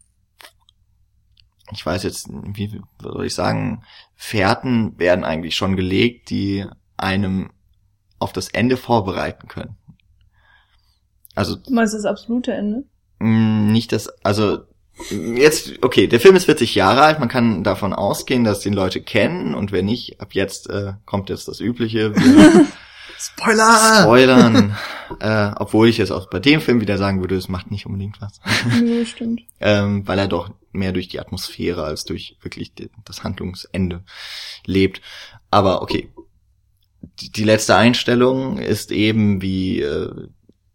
ich weiß jetzt, wie soll ich sagen, Fährten werden eigentlich schon gelegt, die einem auf das Ende vorbereiten können. Also du meinst das absolute Ende? Mh, nicht das, also jetzt, okay, der Film ist vierzig Jahre alt, man kann davon ausgehen, dass den Leute kennen und wenn nicht, ab jetzt äh, kommt jetzt das Übliche. Spoiler! Spoilern. äh, obwohl ich jetzt auch bei dem Film wieder sagen würde, es macht nicht unbedingt was. Nö, stimmt. ähm, weil er doch mehr durch die Atmosphäre als durch wirklich die, das Handlungsende lebt. Aber okay. Die, die letzte Einstellung ist eben, wie äh,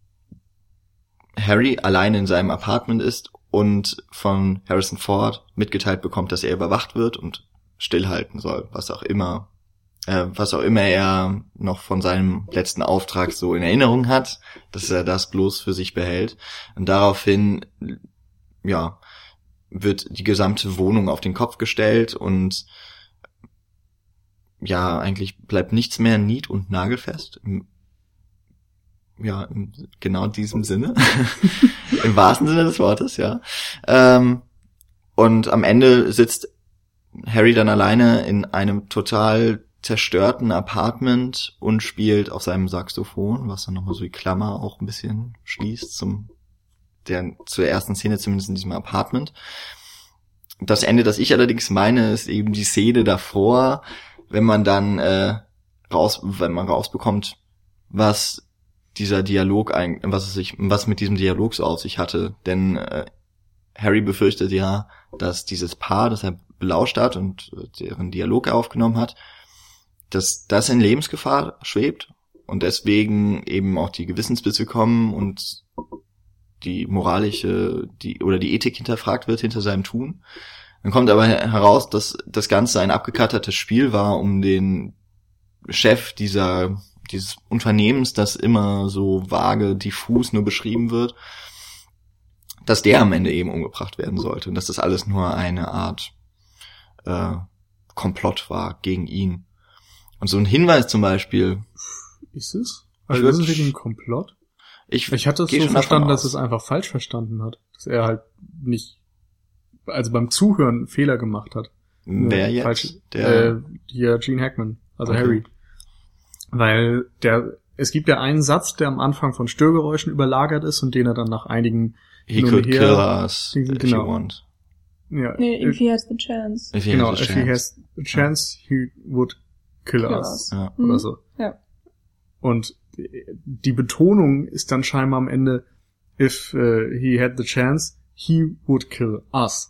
Harry alleine in seinem Apartment ist und von Harrison Ford mitgeteilt bekommt, dass er überwacht wird und stillhalten soll, was auch immer was auch immer er noch von seinem letzten Auftrag so in Erinnerung hat, dass er das bloß für sich behält. Und daraufhin, ja, wird die gesamte Wohnung auf den Kopf gestellt und ja, eigentlich bleibt nichts mehr nied- und nagelfest. Ja, in genau diesem Sinne. Im wahrsten Sinne des Wortes, ja. Ähm, und am Ende sitzt Harry dann alleine in einem total zerstörten Apartment und spielt auf seinem Saxophon, was dann nochmal so die Klammer auch ein bisschen schließt zum der zur ersten Szene, zumindest in diesem Apartment. Das Ende, das ich allerdings meine, ist eben die Szene davor, wenn man dann äh, raus, wenn man rausbekommt, was dieser Dialog ein, was es sich, was mit diesem Dialog so auf sich hatte. Denn äh, Harry befürchtet ja, dass dieses Paar, das er belauscht hat und äh, deren Dialog er aufgenommen hat, dass das in Lebensgefahr schwebt und deswegen eben auch die Gewissensbisse kommen und die moralische, die oder die Ethik hinterfragt wird hinter seinem Tun. Dann kommt aber heraus, dass das Ganze ein abgekattertes Spiel war, um den Chef dieser dieses Unternehmens, das immer so vage, diffus nur beschrieben wird, dass der am Ende eben umgebracht werden sollte und dass das alles nur eine Art äh, Komplott war gegen ihn. Und so ein Hinweis zum Beispiel. Ist es? Also ist es wirklich ein Komplott? Ich, ich hatte es so verstanden, dass es einfach falsch verstanden hat. Dass er halt nicht, also beim Zuhören einen Fehler gemacht hat. Wer jetzt? Falsch, der äh, hier Gene Hackman, also okay. Harry. Weil der, es gibt ja einen Satz, der am Anfang von Störgeräuschen überlagert ist und den er dann nach einigen He could kill us if genau. you want. Ja, nee, if he has the chance. If he genau, has if chance. he has the chance, ja. he would kill, kill us. us. Ja. Oder so. Ja. Und die Betonung ist dann scheinbar am Ende, if uh, he had the chance, he would kill us.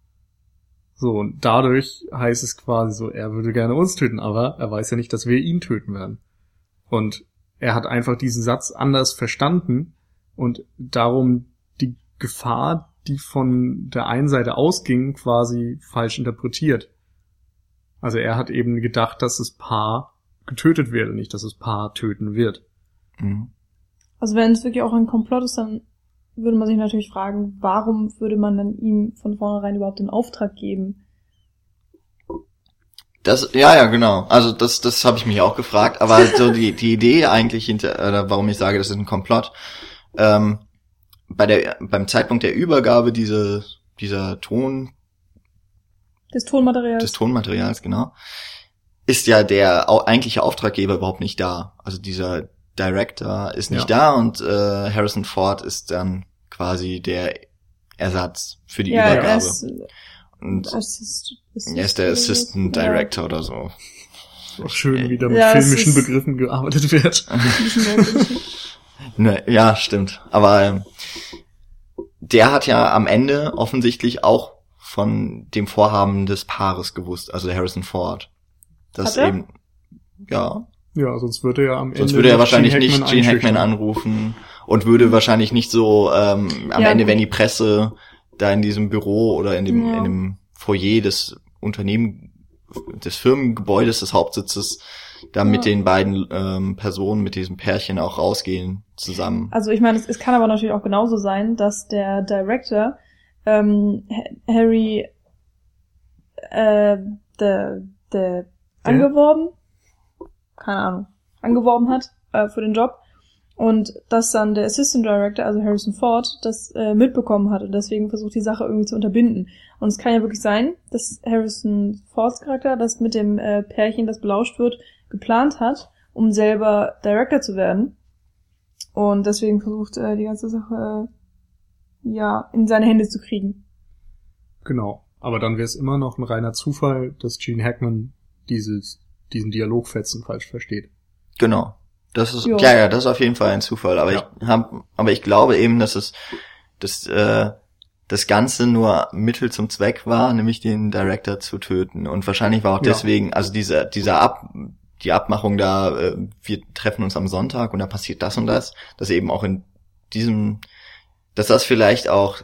So, und dadurch heißt es quasi so, er würde gerne uns töten, aber er weiß ja nicht, dass wir ihn töten werden. Und er hat einfach diesen Satz anders verstanden und darum die Gefahr, die von der einen Seite ausging, quasi falsch interpretiert. Also er hat eben gedacht, dass das Paar getötet wird, nicht, dass das Paar töten wird. Mhm. Also wenn es wirklich auch ein Komplott ist, dann würde man sich natürlich fragen, warum würde man dann ihm von vornherein überhaupt den Auftrag geben? Das, ja, ja, genau. Also das, das habe ich mich auch gefragt. Aber so die, die Idee eigentlich hinter, oder warum ich sage, das ist ein Komplott, ähm, bei der, beim Zeitpunkt der Übergabe diese, dieser Ton, Des Tonmaterials. des Tonmaterials, genau, ist ja der au- eigentliche Auftraggeber überhaupt nicht da. Also dieser Director ist nicht Ja. da und äh, Harrison Ford ist dann quasi der Ersatz für die ja, er Übergabe. ist, Und Assist, Assist, er ist der Assistant ja. Director oder so. Schön, wie da mit Ja, es filmischen ist- Begriffen gearbeitet wird. Ne, ja, stimmt. Aber ähm, der hat ja am Ende offensichtlich auch von dem Vorhaben des Paares gewusst, also der Harrison Ford. Das Hat er? eben, ja, Ja, sonst würde er am Ende sonst würde er wahrscheinlich Gene nicht Hackman Gene Hackman einschüchtern. anrufen und würde wahrscheinlich nicht so ähm, am Ja, Ende, gut. wenn die Presse da in diesem Büro oder in dem Ja. in dem Foyer des Unternehmen des Firmengebäudes des Hauptsitzes da Ja. mit den beiden ähm, Personen, mit diesem Pärchen auch rausgehen zusammen. Also ich meine, es, es kann aber natürlich auch genauso sein, dass der Director ähm, Ha- Harry äh, der der angeworben, keine Ahnung, angeworben hat äh, für den Job und dass dann der Assistant Director, also Harrison Ford, das äh, mitbekommen hat und deswegen versucht die Sache irgendwie zu unterbinden. Und es kann ja wirklich sein, dass Harrison Fords Charakter, das mit dem äh, Pärchen, das belauscht wird, geplant hat, um selber Director zu werden. Und deswegen versucht äh, die ganze Sache äh, ja in seine Hände zu kriegen. Genau. Aber dann wäre es immer noch ein reiner Zufall, dass Gene Hackman dieses, diesen Dialogfetzen falsch versteht. Genau. Das ist, Jo. ja, ja, das ist auf jeden Fall ein Zufall. Aber Ja. ich hab, aber ich glaube eben, dass es, dass, äh, das Ganze nur Mittel zum Zweck war, nämlich den Director zu töten. Und wahrscheinlich war auch Ja. deswegen, also dieser, dieser Ab, die Abmachung da, äh, wir treffen uns am Sonntag und da passiert das und das, dass eben auch in diesem, dass das vielleicht auch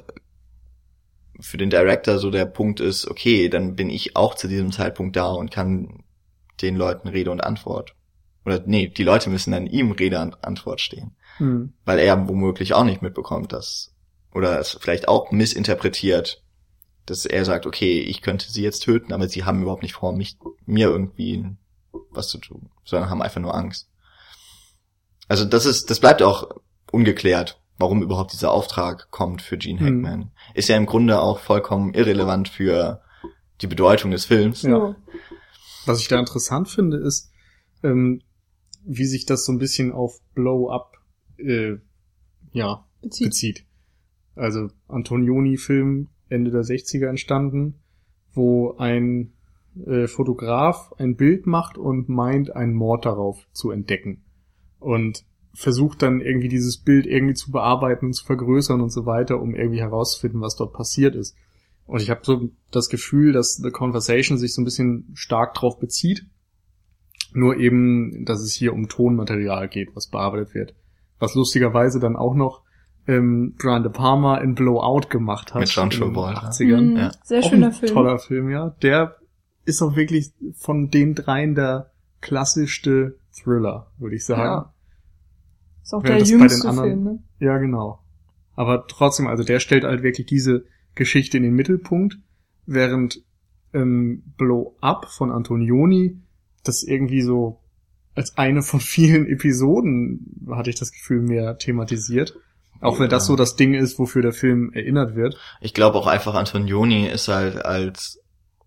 für den Director so der Punkt ist, okay, dann bin ich auch zu diesem Zeitpunkt da und kann den Leuten Rede und Antwort. Oder nee, die Leute müssen dann ihm Rede und Antwort stehen. Hm. Weil er womöglich auch nicht mitbekommt, dass, oder es vielleicht auch missinterpretiert, dass er sagt, okay, ich könnte sie jetzt töten, aber sie haben überhaupt nicht vor, mich, mir irgendwie was zu tun, sondern haben einfach nur Angst. Also das ist, das bleibt auch ungeklärt, warum überhaupt dieser Auftrag kommt für Gene Hm. Hackman. Ist ja im Grunde auch vollkommen irrelevant für die Bedeutung des Films. Ja. So. Was ich da interessant finde, ist, ähm, wie sich das so ein bisschen auf Blow Up äh, ja, Bezieht. bezieht. Also Antonioni-Film Ende der sechziger entstanden, wo ein äh, Fotograf ein Bild macht und meint, einen Mord darauf zu entdecken. Und versucht dann irgendwie dieses Bild irgendwie zu bearbeiten und zu vergrößern und so weiter, um irgendwie herauszufinden, was dort passiert ist. Und ich habe so das Gefühl, dass The Conversation sich so ein bisschen stark drauf bezieht. Nur eben, dass es hier um Tonmaterial geht, was bearbeitet wird. Was lustigerweise dann auch noch ähm, Brian De Palma in Blowout gemacht hat. Mit John in den Travolta. achtzigern. Mhm, Ja. Sehr Auch schöner ein Film. toller Film, ja. Der ist auch wirklich von den dreien der klassischste Thriller, würde ich sagen. Ja. Ist auch Während der das bei den jüngste anderen- Film, ne? Ja, genau. Aber trotzdem, also der stellt halt wirklich diese Geschichte in den Mittelpunkt, während ähm, Blow Up von Antonioni das irgendwie so als eine von vielen Episoden, hatte ich das Gefühl, mehr thematisiert. Auch wenn das so das Ding ist, wofür der Film erinnert wird. Ich glaube auch einfach, Antonioni ist halt als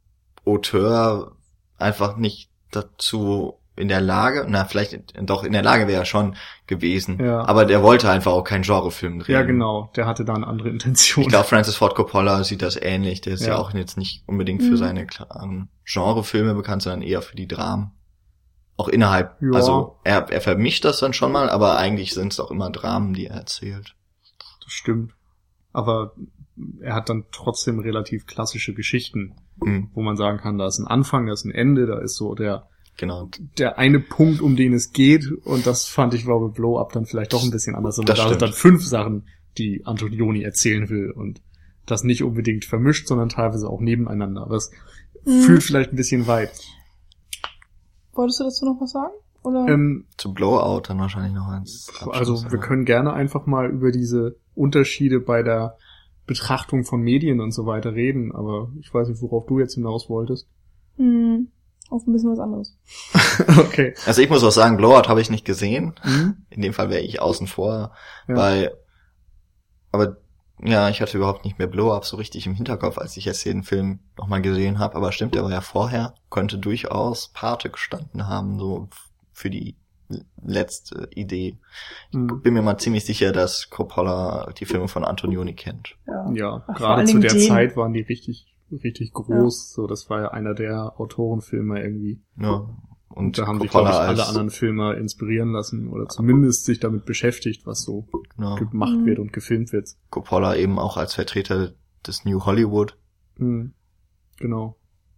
Auteur einfach nicht dazu in der Lage, na, vielleicht doch in der Lage wäre er schon gewesen, Ja. aber der wollte einfach auch keinen Genrefilm drehen. Ja, genau. Der hatte da eine andere Intention. Ich glaube, Francis Ford Coppola sieht das ähnlich. Der ist ja, Ja. auch jetzt nicht unbedingt für Mhm. seine klaren Genrefilme bekannt, sondern eher für die Dramen. Auch innerhalb, Ja. also er, er vermischt das dann schon mal, aber eigentlich sind es auch immer Dramen, die er erzählt. Das stimmt. Aber er hat dann trotzdem relativ klassische Geschichten, Mhm, wo man sagen kann, da ist ein Anfang, da ist ein Ende, da ist so der genau. der eine Punkt, um den es geht, und das fand ich, war bei Blow Up dann vielleicht doch ein bisschen anders. Und Das da sind stimmt. dann fünf Sachen, die Antonioni erzählen will und das nicht unbedingt vermischt, sondern teilweise auch nebeneinander. Aber es Mhm. fühlt vielleicht ein bisschen weit. Wolltest du dazu noch was sagen? Oder? Ähm, Zu Blowout dann wahrscheinlich noch eins. also wir können gerne einfach mal über diese Unterschiede bei der Betrachtung von Medien und so weiter reden, aber ich weiß nicht, worauf du jetzt hinaus wolltest. Hm. Auf ein bisschen was anderes. Okay. Also ich muss auch sagen, Blowout habe ich nicht gesehen. Mhm. In dem Fall wäre ich außen vor, Ja. weil, aber ja, ich hatte überhaupt nicht mehr Blow-Up so richtig im Hinterkopf, als ich jetzt den Film nochmal gesehen habe. Aber stimmt, der war ja vorher, könnte durchaus Pate gestanden haben, so für die letzte Idee. Mhm. Ich bin mir mal ziemlich sicher, dass Coppola die Filme von Antonioni kennt. Ja. Ja, Ach, vor gerade allen zu Dingen der den- Zeit waren die richtig, richtig groß. So, das war ja einer der Autorenfilme irgendwie. Ja. Und, Und da haben sich, glaube Coppola ich, alle als, anderen Filme inspirieren lassen oder zumindest sich damit beschäftigt, was so genau, gemacht Mhm. wird und gefilmt wird. Coppola eben auch als Vertreter des New Hollywood. Mhm. Genau.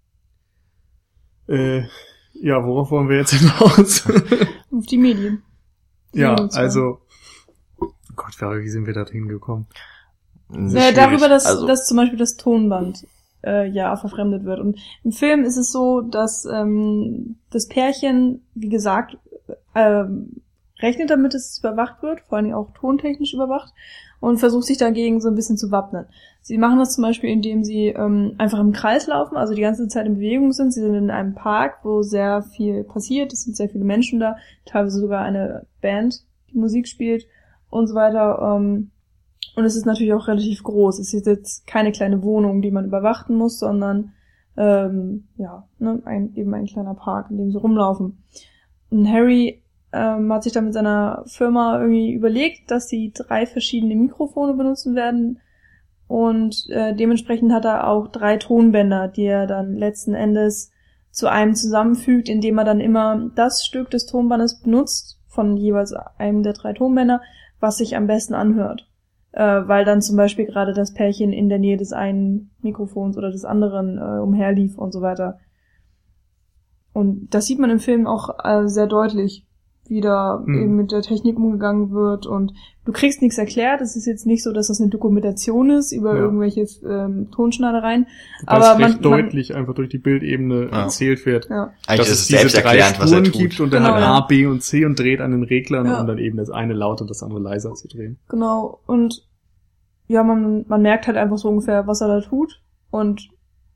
Äh, ja, worauf wollen wir jetzt hinaus? Auf die Medien. ja, siebenundzwanzig. also, oh Gott, wie sind wir da hingekommen? Äh, darüber, dass, Also, dass zum Beispiel das Tonband äh, ja verfremdet wird. Und im Film ist es so, dass ähm, das Pärchen, wie gesagt, ähm, rechnet damit, dass es überwacht wird, vor allem auch tontechnisch überwacht, und versucht sich dagegen so ein bisschen zu wappnen. Sie machen das zum Beispiel, indem sie ähm, einfach im Kreis laufen, also die ganze Zeit in Bewegung sind. Sie sind in einem Park, wo sehr viel passiert. Es sind sehr viele Menschen da, teilweise sogar eine Band, die Musik spielt und so weiter. Ähm, und es ist natürlich auch relativ groß. Es ist jetzt keine kleine Wohnung, die man überwachen muss, sondern ähm, ja, ne, ein, eben ein kleiner Park, in dem sie rumlaufen. Und Harry ähm, hat sich dann mit seiner Firma irgendwie überlegt, dass sie drei verschiedene Mikrofone benutzen werden. Und äh, dementsprechend hat er auch drei Tonbänder, die er dann letzten Endes zu einem zusammenfügt, indem er dann immer das Stück des Tonbandes benutzt, von jeweils einem der drei Tonbänder, was sich am besten anhört. Äh, weil dann zum Beispiel gerade das Pärchen in der Nähe des einen Mikrofons oder des anderen äh, umherlief und so weiter. Und das sieht man im Film auch äh, sehr deutlich, wie da Mhm. eben mit der Technik umgegangen wird. Und du kriegst nichts erklärt. Es ist jetzt nicht so, dass das eine Dokumentation ist über Ja. irgendwelche ähm, Tonschneidereien. Weil Aber es man- recht man- deutlich einfach durch die Bildebene Ja. erzählt wird. Ja, eigentlich dass ist es es diese drei selbsterklärend, was er Spuren tut. gibt und dann Genau, hat ja. A, B und C und dreht an den Reglern, Ja. um dann eben das eine lauter und das andere leiser zu drehen. genau. Und ja, man, man merkt halt einfach so ungefähr, was er da tut. Und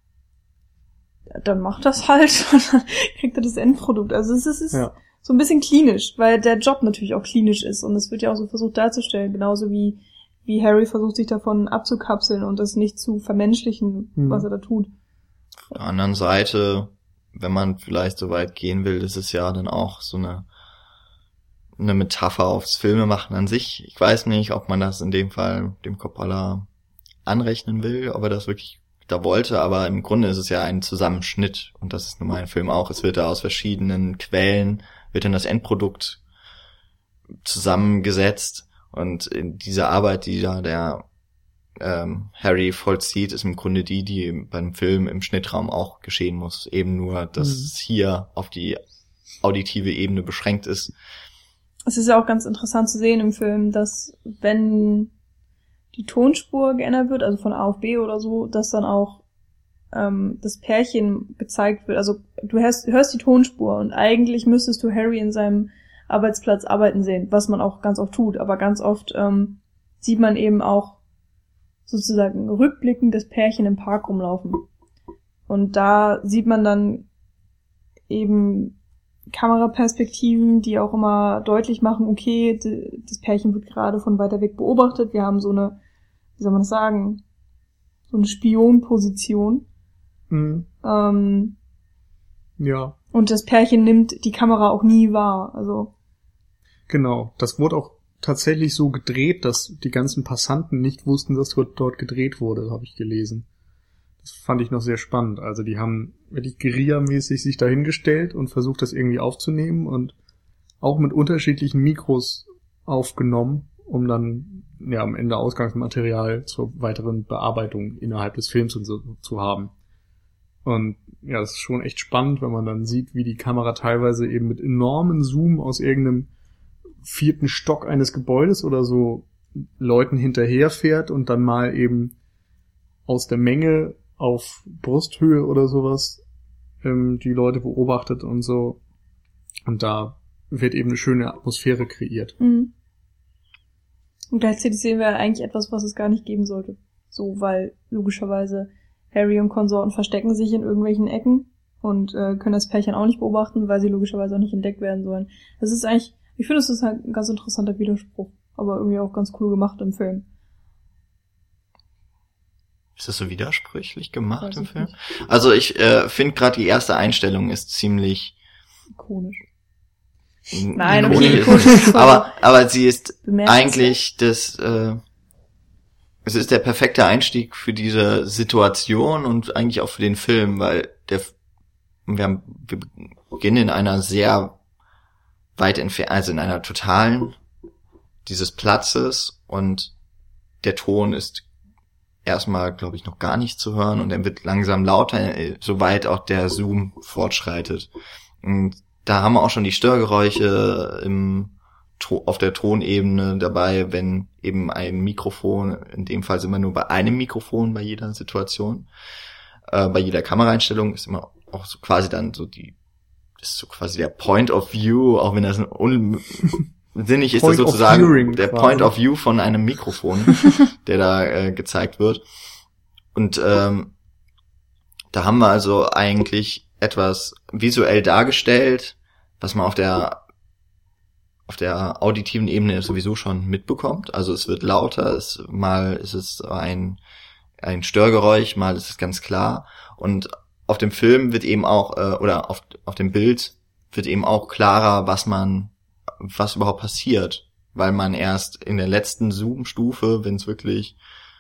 dann macht das halt und dann kriegt er das Endprodukt. Also es ist, es ist Ja. so ein bisschen klinisch, weil der Job natürlich auch klinisch ist. Und es wird ja auch so versucht darzustellen, genauso wie, wie Harry versucht, sich davon abzukapseln und das nicht zu vermenschlichen, Mhm. was er da tut. Auf der anderen Seite, wenn man vielleicht so weit gehen will, ist es ja dann auch so eine eine Metapher aufs Filmemachen an sich. Ich weiß nicht, ob man das in dem Fall dem Coppola anrechnen will, ob er das wirklich da wollte, aber im Grunde ist es ja ein Zusammenschnitt und das ist nun mal ein Film auch. Es wird da aus verschiedenen Quellen, wird dann das Endprodukt zusammengesetzt und in dieser Arbeit, die da der ähm, Harry vollzieht, ist im Grunde die, die beim Film im Schnittraum auch geschehen muss. Eben nur, dass Mhm. es hier auf die auditive Ebene beschränkt ist. Es ist ja auch ganz interessant zu sehen im Film, dass wenn die Tonspur geändert wird, also von A auf B oder so, dass dann auch ähm, das Pärchen gezeigt wird. Also du hörst, hörst die Tonspur und eigentlich müsstest du Harry in seinem Arbeitsplatz arbeiten sehen, was man auch ganz oft tut. Aber ganz oft ähm, sieht man eben auch sozusagen rückblickend das Pärchen im Park rumlaufen. Und da sieht man dann eben Kameraperspektiven, die auch immer deutlich machen, okay, d- das Pärchen wird gerade von weiter weg beobachtet. Wir haben so eine, wie soll man das sagen, so eine Spionposition. Mhm. Ähm, Ja, und das Pärchen nimmt die Kamera auch nie wahr. Also, genau. Das wurde auch tatsächlich so gedreht, dass die ganzen Passanten nicht wussten, dass dort, dort gedreht wurde, habe ich gelesen. Das fand ich noch sehr spannend. Also die haben wirklich Guerilla-mäßig sich dahingestellt und versucht, das irgendwie aufzunehmen und auch mit unterschiedlichen Mikros aufgenommen, um dann ja am Ende Ausgangsmaterial zur weiteren Bearbeitung innerhalb des Films und so zu haben. Und ja, das ist schon echt spannend, wenn man dann sieht, wie die Kamera teilweise eben mit enormen Zoom aus irgendeinem vierten Stock eines Gebäudes oder so Leuten hinterherfährt und dann mal eben aus der Menge auf Brusthöhe oder sowas ähm, die Leute beobachtet und so. Und da wird eben eine schöne Atmosphäre kreiert. mhm. Und gleichzeitig sehen wir eigentlich etwas, was es gar nicht geben sollte. So, weil logischerweise Harry und Konsorten verstecken sich in irgendwelchen Ecken und äh, können das Pärchen auch nicht beobachten, weil sie logischerweise auch nicht entdeckt werden sollen. Das ist eigentlich, ich finde, das ist halt ein ganz interessanter Widerspruch, aber irgendwie auch ganz cool gemacht im Film. Ist das so widersprüchlich gemacht Weiß im ich Film? nicht. Also ich äh, finde gerade die erste Einstellung ist ziemlich Ikonisch. n- Nein, aber ikonisch, nicht ikonisch, aber aber sie ist bemerkenswert. eigentlich das äh, es ist der perfekte Einstieg für diese Situation und eigentlich auch für den Film, weil der wir, haben, wir beginnen in einer sehr weit entfernt, also in einer totalen dieses Platzes und der Ton ist erstmal, glaube ich, noch gar nicht zu hören und er wird langsam lauter, äh, soweit auch der Zoom fortschreitet. Und da haben wir auch schon die Störgeräusche im, To- auf der Tonebene dabei, wenn eben ein Mikrofon, in dem Fall sind wir nur bei einem Mikrofon bei jeder Situation, äh, bei jeder Kameraeinstellung ist immer auch so quasi dann so die, ist so quasi der Point of View, auch wenn das ein un sinnig ist, das Point of sozusagen Viewing der quasi. Point of View von einem Mikrofon, der da äh, gezeigt wird. Und ähm, da haben wir also eigentlich etwas visuell dargestellt, was man auf der auf der auditiven Ebene sowieso schon mitbekommt. Also es wird lauter, es mal ist es ein ein Störgeräusch, mal ist es ganz klar. Und auf dem Film wird eben auch äh, oder auf auf dem Bild wird eben auch klarer, was man was überhaupt passiert, weil man erst in der letzten Zoom-Stufe, wenn es wirklich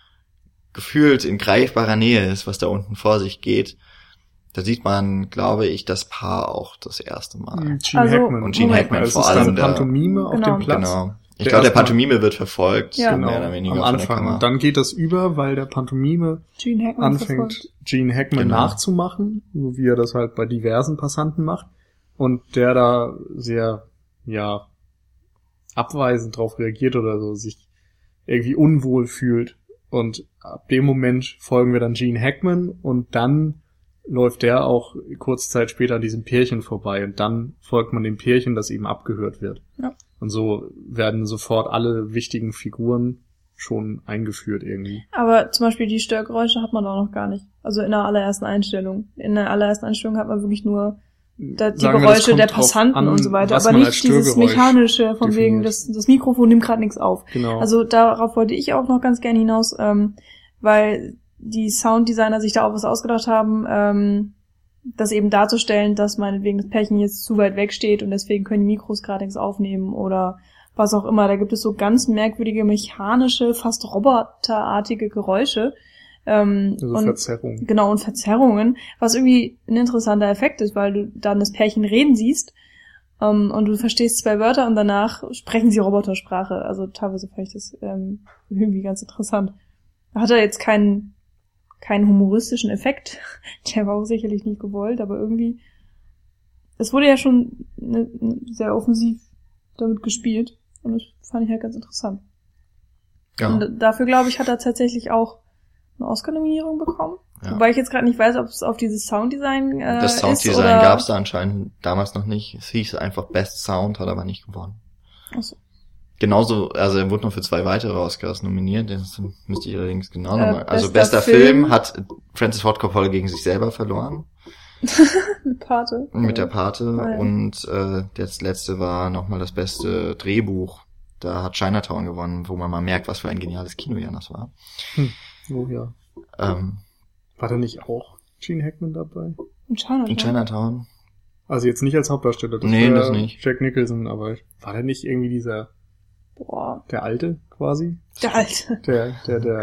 gefühlt in greifbarer Nähe ist, was da unten vor sich geht, da sieht man, glaube ich, das Paar auch das erste Mal. Gene Also- Hackman. Und Gene Moment. Hackman Also vor es ist allem dann der, Pantomime auf Genau. dem Platz. genau. Ich Der glaube, der erstmal- Pantomime wird verfolgt, Ja. mehr Genau, oder weniger am von der Anfang. Kamera. Und dann geht das über, weil der Pantomime Gene Hackman anfängt, verfolgt. Gene Hackman Genau. nachzumachen, so wie er das halt bei diversen Passanten macht. Und der da sehr, ja, abweisend drauf reagiert oder so, sich irgendwie unwohl fühlt. Und ab dem Moment folgen wir dann Gene Hackman und dann läuft der auch kurze Zeit später an diesem Pärchen vorbei und dann folgt man dem Pärchen, das eben abgehört wird. Ja. Und so werden sofort alle wichtigen Figuren schon eingeführt irgendwie. Aber zum Beispiel die Störgeräusche hat man auch noch gar nicht. Also in der allerersten Einstellung. In der allerersten Einstellung hat man wirklich nur da, die Sagen wir, das Geräusche kommt der drauf Passanten an, und so weiter, was aber man nicht als dieses Störgeräusch mechanische, von wegen, definiert. das, das Mikrofon nimmt gerade nichts auf. Genau. Also darauf wollte ich auch noch ganz gerne hinaus, ähm, weil die Sounddesigner sich da auch was ausgedacht haben, ähm, das eben darzustellen, dass meinetwegen das Pärchen jetzt zu weit weg steht und deswegen können die Mikros gerade nichts aufnehmen oder was auch immer. Da gibt es so ganz merkwürdige, mechanische, fast roboterartige Geräusche. Ähm, Also und Verzerrung. Genau, und Verzerrungen, was irgendwie ein interessanter Effekt ist, weil du dann das Pärchen reden siehst ähm, und du verstehst zwei Wörter und danach sprechen sie Robotersprache. Also teilweise fand ich das ähm, irgendwie ganz interessant. Da hat er jetzt keinen keinen humoristischen Effekt, der war auch sicherlich nicht gewollt, aber irgendwie, es wurde ja schon ne, sehr offensiv damit gespielt und das fand ich halt ganz interessant. Ja. Und dafür, glaube ich, hat er tatsächlich auch eine Oscar-Nominierung bekommen. Ja. Wobei ich jetzt gerade nicht weiß, ob es auf dieses Sounddesign äh, Das ist Sounddesign oder... gab es da anscheinend damals noch nicht. Es hieß einfach Best Sound, hat aber nicht gewonnen. Achso. Genauso, also er wurde noch für zwei weitere Oscars nominiert, das müsste ich allerdings genau Äh, nochmal. Also bester bester Film, Film hat Francis Ford Coppola gegen sich selber verloren, Mit Pate. mit der Pate. Ah, ja. Und äh, das letzte war nochmal das beste Drehbuch. Da hat Chinatown gewonnen, wo man mal merkt, was für ein geniales Kinojahr das war. Hm. Oh ja. Ähm, War da nicht auch Gene Hackman dabei? In Chinatown. in Chinatown. Also jetzt nicht als Hauptdarsteller. Das Nee, war das nicht. Jack Nicholson, aber war der nicht irgendwie dieser, Boah, der Alte quasi? der Alte. Der, der, der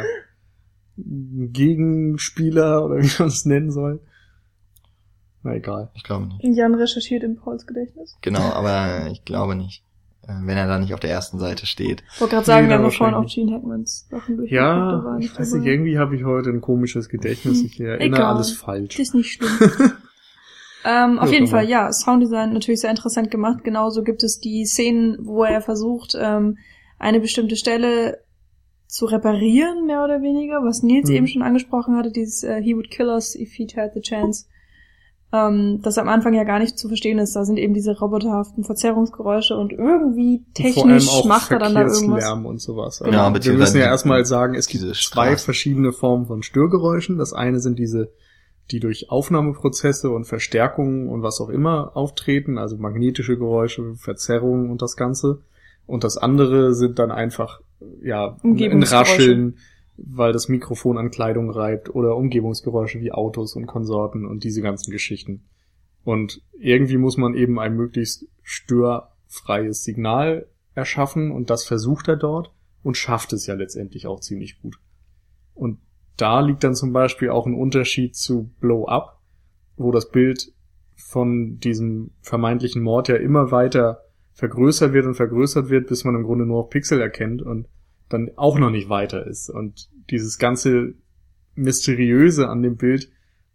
Gegenspieler oder wie man es nennen soll? Na egal. Ich glaube nicht. Jan recherchiert in Pauls Gedächtnis. Genau, aber ich glaube nicht. Äh, Wenn er da nicht auf der ersten Seite steht. Ich wollte gerade sagen, Nee, wir haben da doch vorhin auch wahrscheinlich. Gene Hackmans Sachen durchgeguckt. Ja, da war nicht weiß ich, dabei. irgendwie habe ich heute ein komisches Gedächtnis. Ich erinnere Egal. alles falsch. Das ist nicht schlimm. ähm, auf Ja, jeden aber- Fall, ja, Sounddesign natürlich sehr interessant gemacht. Genauso gibt es die Szenen, wo er versucht, ähm, eine bestimmte Stelle zu reparieren, mehr oder weniger, was Nils Mhm. eben schon angesprochen hatte, dieses äh, He would kill us if he'd had the chance, ähm, das am Anfang ja gar nicht zu verstehen ist. Da sind eben diese roboterhaften Verzerrungsgeräusche und irgendwie Und vor allem technisch auch macht er dann da irgendwas. Verkehrslärm und sowas. Genau, Also wir beziehungsweise müssen ja die- erstmal sagen, es gibt diese zwei Straßen. verschiedene Formen von Störgeräuschen. Das eine sind diese die durch Aufnahmeprozesse und Verstärkungen und was auch immer auftreten, also magnetische Geräusche, Verzerrungen und das Ganze. Und das andere sind dann einfach, ja, ein Rascheln, weil das Mikrofon an Kleidung reibt oder Umgebungsgeräusche wie Autos und Konsorten und diese ganzen Geschichten. Und irgendwie muss man eben ein möglichst störfreies Signal erschaffen und das versucht er dort und schafft es ja letztendlich auch ziemlich gut. Und da liegt dann zum Beispiel auch ein Unterschied zu Blow Up, wo das Bild von diesem vermeintlichen Mord ja immer weiter vergrößert wird und vergrößert wird, bis man im Grunde nur noch Pixel erkennt und dann auch noch nicht weiter ist. Und dieses ganze Mysteriöse an dem Bild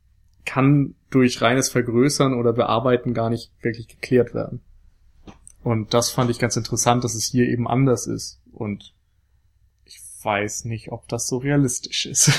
kann durch reines Vergrößern oder Bearbeiten gar nicht wirklich geklärt werden. Und das fand ich ganz interessant, dass es hier eben anders ist. Und ich weiß nicht, ob das so realistisch ist.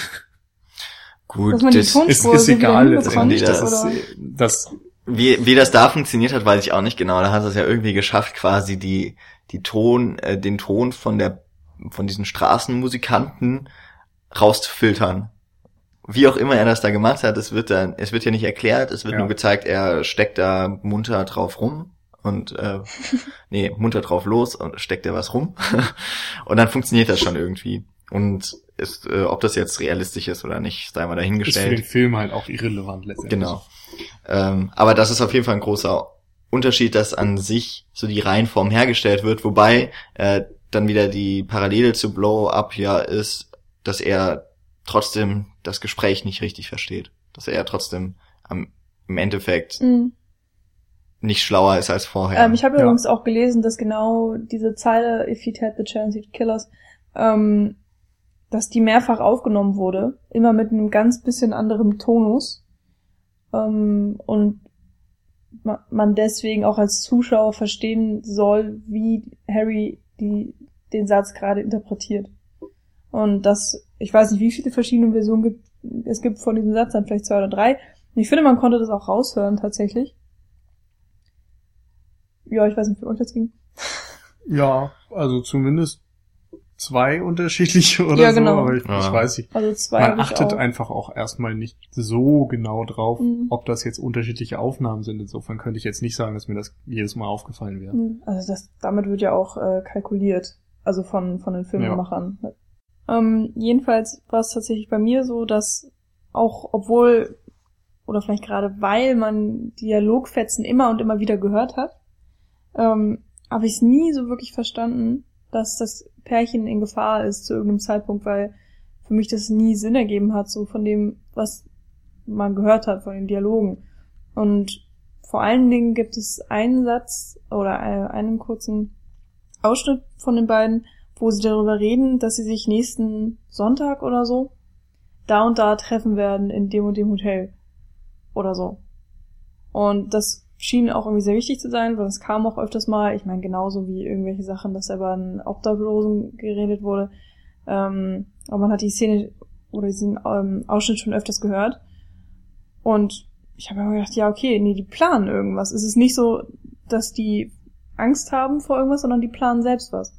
Gut, das ist, ist egal letztendlich. Das das, ist, das, wie, wie das da funktioniert hat, weiß ich auch nicht genau. Da hat es ja irgendwie geschafft, quasi die, die Ton, äh, den Ton von der, von diesen Straßenmusikanten rauszufiltern. Wie auch immer er das da gemacht hat, es wird dann, es wird ja nicht erklärt, es wird ja nur gezeigt, er steckt da munter drauf rum und äh, nee, munter drauf los und steckt er was rum und dann funktioniert das schon irgendwie. Und ist, äh, ob das jetzt realistisch ist oder nicht, sei mal dahingestellt. Ist für den Film halt auch irrelevant letztendlich. Genau. Ähm, aber das ist auf jeden Fall ein großer Unterschied, dass an sich so die Reihenform hergestellt wird, wobei äh, dann wieder die Parallele zu Blow Up ja ist, dass er trotzdem das Gespräch nicht richtig versteht. Dass er trotzdem am, im Endeffekt mhm. nicht schlauer ist als vorher. Ähm, ich habe ja. übrigens auch gelesen, dass genau diese Zeile If he'd had the chance, he'd kill us, ähm, dass die mehrfach aufgenommen wurde, immer mit einem ganz bisschen anderem Tonus. Ähm, und ma- man deswegen auch als Zuschauer verstehen soll, wie Harry die, den Satz gerade interpretiert. Und das, ich weiß nicht, wie viele verschiedene Versionen gibt, es gibt von diesem Satz, dann vielleicht zwei oder drei. Und ich finde, man konnte das auch raushören, tatsächlich. Ja, ich weiß nicht, wie euch das ging. Ja, also zumindest zwei unterschiedliche oder ja, genau. so, aber ich, ja. ich weiß nicht. Also zwei man achtet auch. einfach auch erstmal nicht so genau drauf, mhm. ob das jetzt unterschiedliche Aufnahmen sind. Insofern könnte ich jetzt nicht sagen, dass mir das jedes Mal aufgefallen wäre. Also das, damit wird ja auch äh, kalkuliert, also von von den Filmemachern. Ja. Ähm, jedenfalls war es tatsächlich bei mir so, dass auch, obwohl, oder vielleicht gerade weil man Dialogfetzen immer und immer wieder gehört hat, ähm, habe ich es nie so wirklich verstanden, dass das Pärchen in Gefahr ist zu irgendeinem Zeitpunkt, weil für mich das nie Sinn ergeben hat, so von dem, was man gehört hat, von den Dialogen. Und vor allen Dingen gibt es einen Satz oder einen kurzen Ausschnitt von den beiden, wo sie darüber reden, dass sie sich nächsten Sonntag oder so da und da treffen werden in dem und dem Hotel oder so. Und das schien auch irgendwie sehr wichtig zu sein, weil es kam auch öfters mal, ich meine genauso wie irgendwelche Sachen, dass über einen Obdachlosen geredet wurde, ähm, aber man hat die Szene oder diesen ähm, Ausschnitt schon öfters gehört und ich habe mir gedacht, ja okay, nee, die planen irgendwas. Es ist nicht so, dass die Angst haben vor irgendwas, sondern die planen selbst was.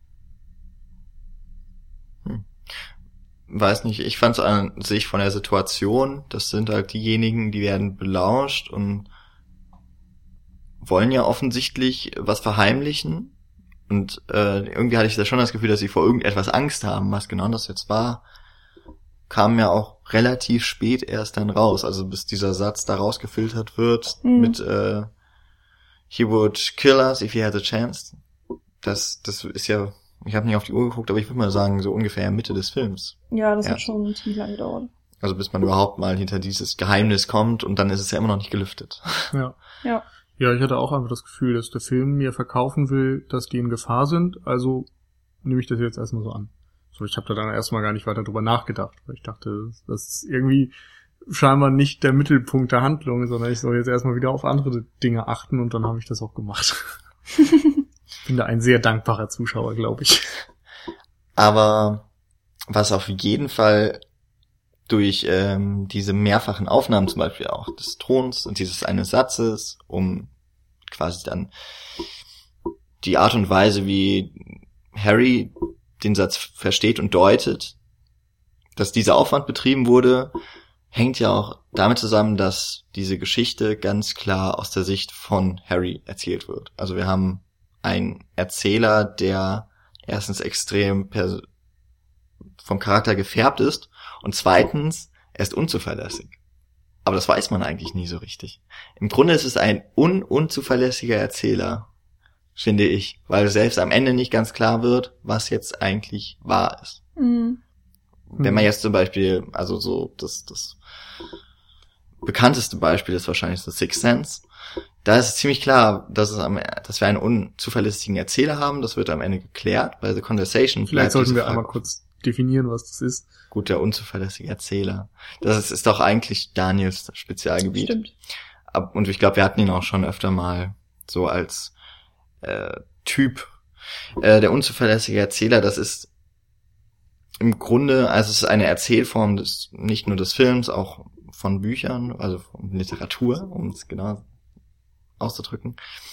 Weiß nicht, ich fand es an sich von der Situation, das sind halt diejenigen, die werden belauscht und wollen ja offensichtlich was verheimlichen und äh, irgendwie hatte ich da schon das Gefühl, dass sie vor irgendetwas Angst haben, was genau das jetzt war, kam ja auch relativ spät erst dann raus, also bis dieser Satz da rausgefiltert wird mhm. mit äh, he would kill us if he had a chance. Das, das ist ja, ich habe nicht auf die Uhr geguckt, aber ich würde mal sagen, so ungefähr Mitte des Films. Ja, das erst. hat schon ziemlich lange gedauert. Also bis man überhaupt mal hinter dieses Geheimnis kommt und dann ist es ja immer noch nicht gelüftet. Ja. Ja. Ja, ich hatte auch einfach das Gefühl, dass der Film mir verkaufen will, dass die in Gefahr sind, also nehme ich das jetzt erstmal so an. So, ich habe da dann erstmal gar nicht weiter drüber nachgedacht, weil ich dachte, das ist irgendwie scheinbar nicht der Mittelpunkt der Handlung, sondern ich soll jetzt erstmal wieder auf andere Dinge achten und dann habe ich das auch gemacht. Ich bin da ein sehr dankbarer Zuschauer, glaube ich. Aber was auf jeden Fall durch ähm, diese mehrfachen Aufnahmen zum Beispiel auch des Tons und dieses eines Satzes, um quasi dann die Art und Weise, wie Harry den Satz versteht und deutet, dass dieser Aufwand betrieben wurde, hängt ja auch damit zusammen, dass diese Geschichte ganz klar aus der Sicht von Harry erzählt wird. Also wir haben einen Erzähler, der erstens extrem pers- vom Charakter gefärbt ist und zweitens, er ist unzuverlässig. Aber das weiß man eigentlich nie so richtig. Im Grunde ist es ein un- unzuverlässiger Erzähler, finde ich, weil selbst am Ende nicht ganz klar wird, was jetzt eigentlich wahr ist. Mhm. Wenn man jetzt zum Beispiel, also so das das bekannteste Beispiel ist wahrscheinlich The Sixth Sense. Da ist es ziemlich klar, dass es am, dass wir einen unzuverlässigen Erzähler haben. Das wird am Ende geklärt bei The Conversation. Vielleicht sollten wir einmal kurz definieren, was das ist. Gut, der unzuverlässige Erzähler. Das ist, ist doch eigentlich Daniels Spezialgebiet. Stimmt. Und ich glaube, wir hatten ihn auch schon öfter mal so als äh, Typ. Äh, der unzuverlässige Erzähler, das ist im Grunde, also es ist eine Erzählform des, nicht nur des Films, auch von Büchern, also von Literatur, um es genau auszudrücken.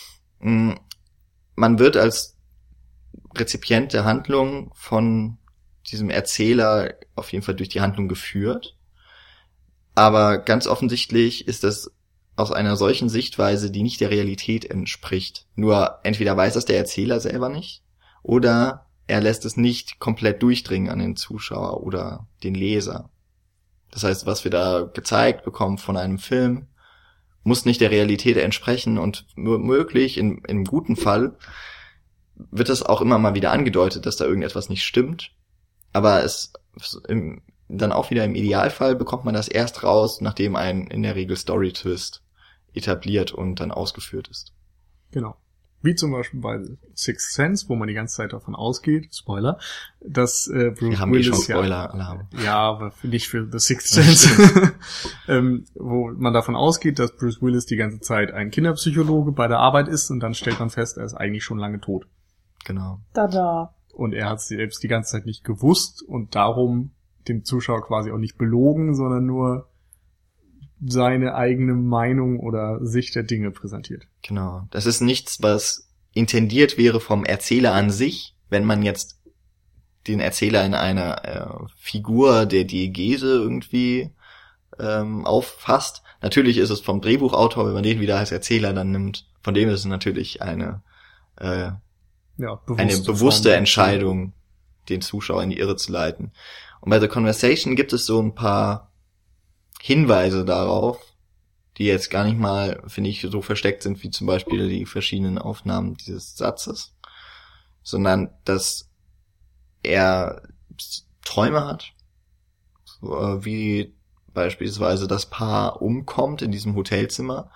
Man wird als Rezipient der Handlung von diesem Erzähler auf jeden Fall durch die Handlung geführt. Aber ganz offensichtlich ist das aus einer solchen Sichtweise, die nicht der Realität entspricht. Nur entweder weiß das der Erzähler selber nicht oder er lässt es nicht komplett durchdringen an den Zuschauer oder den Leser. Das heißt, was wir da gezeigt bekommen von einem Film, muss nicht der Realität entsprechen und möglich, in, in einem guten Fall, wird das auch immer mal wieder angedeutet, dass da irgendetwas nicht stimmt. Aber es im, dann auch wieder im Idealfall bekommt man das erst raus, nachdem ein in der Regel Story-Twist etabliert und dann ausgeführt ist. Genau. Wie zum Beispiel bei Sixth Sense, wo man die ganze Zeit davon ausgeht, Spoiler, dass äh, Bruce Wir haben Willis eh schon ja, Spoiler-Alarm. ja, aber nicht für The Sixth Sense, ähm, wo man davon ausgeht, dass Bruce Willis die ganze Zeit ein Kinderpsychologe bei der Arbeit ist und dann stellt man fest, er ist eigentlich schon lange tot. Genau. Da, da. Und er hat es selbst die ganze Zeit nicht gewusst und darum dem Zuschauer quasi auch nicht belogen, sondern nur seine eigene Meinung oder Sicht der Dinge präsentiert. Genau. Das ist nichts, was intendiert wäre vom Erzähler an sich, wenn man jetzt den Erzähler in einer äh, Figur der Diegese irgendwie ähm, auffasst. Natürlich ist es vom Drehbuchautor, wenn man den wieder als Erzähler dann nimmt, von dem ist es natürlich eine äh, Ja, bewusste eine bewusste Form. Entscheidung, den Zuschauer in die Irre zu leiten. Und bei The Conversation gibt es so ein paar Hinweise darauf, die jetzt gar nicht mal, finde ich, so versteckt sind, wie zum Beispiel die verschiedenen Aufnahmen dieses Satzes, sondern dass er Träume hat, wie beispielsweise das Paar umkommt in diesem Hotelzimmer,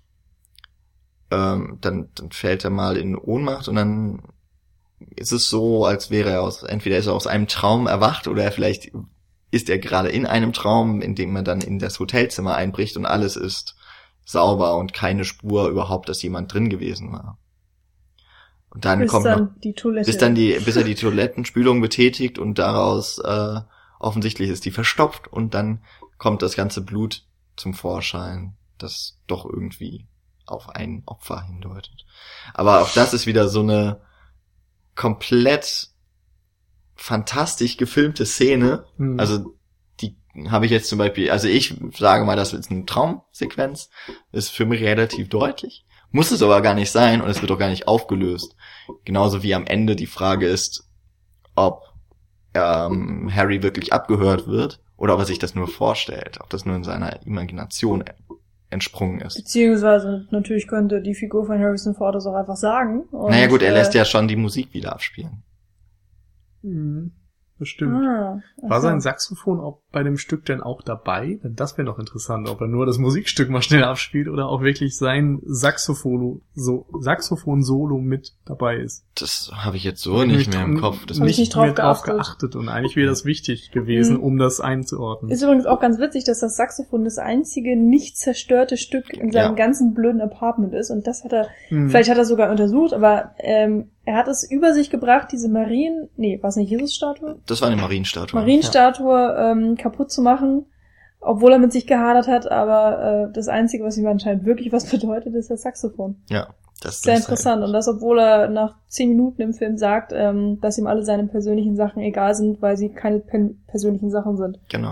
ähm, dann, dann fällt er mal in Ohnmacht und dann ist es so, als wäre er aus, entweder ist er aus einem Traum erwacht oder vielleicht ist er gerade in einem Traum, in dem er dann in das Hotelzimmer einbricht und alles ist sauber und keine Spur überhaupt, dass jemand drin gewesen war. Und dann bis kommt dann noch, die Toilette. bis dann die, bis er die Toilettenspülung betätigt und daraus äh, offensichtlich ist die verstopft und dann kommt das ganze Blut zum Vorschein, das doch irgendwie auf ein Opfer hindeutet. Aber auch das ist wieder so eine komplett fantastisch gefilmte Szene. Mhm. Also die habe ich jetzt zum Beispiel, also ich sage mal, das ist eine Traumsequenz, ist für mich relativ deutlich. Muss es aber gar nicht sein und es wird auch gar nicht aufgelöst. Genauso wie am Ende die Frage ist, ob ähm, Harry wirklich abgehört wird oder ob er sich das nur vorstellt, ob das nur in seiner Imagination entsprungen ist. Beziehungsweise natürlich könnte die Figur von Harrison Ford das auch einfach sagen. Und, naja gut, er lässt äh, ja schon die Musik wieder abspielen. Mhm, bestimmt. Ah, War okay. sein Saxophon auch bei dem Stück denn auch dabei? Denn das wäre noch interessant, ob er nur das Musikstück mal schnell abspielt oder auch wirklich sein Saxophon so Saxophon-Solo mit dabei ist. Das habe ich jetzt so nicht mehr im Kopf. Das Hab ich nicht nicht drauf mehr drauf geachtet. geachtet und eigentlich wäre das wichtig gewesen, Mhm. um das einzuordnen. Ist übrigens auch ganz witzig, dass das Saxophon das einzige nicht zerstörte Stück in seinem Ja. ganzen blöden Apartment ist. Und das hat er, Hm. vielleicht hat er sogar untersucht, aber ähm, er hat es über sich gebracht, diese Marien, nee, war es eine Jesus-Statue? Das war eine Marienstatue. Marienstatue ähm, kaputt zu machen, obwohl er mit sich gehadert hat, aber äh, das Einzige, was ihm anscheinend wirklich was bedeutet, ist das Saxophon. Ja, das Sehr das- interessant. Und das, obwohl er nach zehn Minuten im Film sagt, ähm, dass ihm alle seine persönlichen Sachen egal sind, weil sie keine pen- persönlichen Sachen sind. Genau.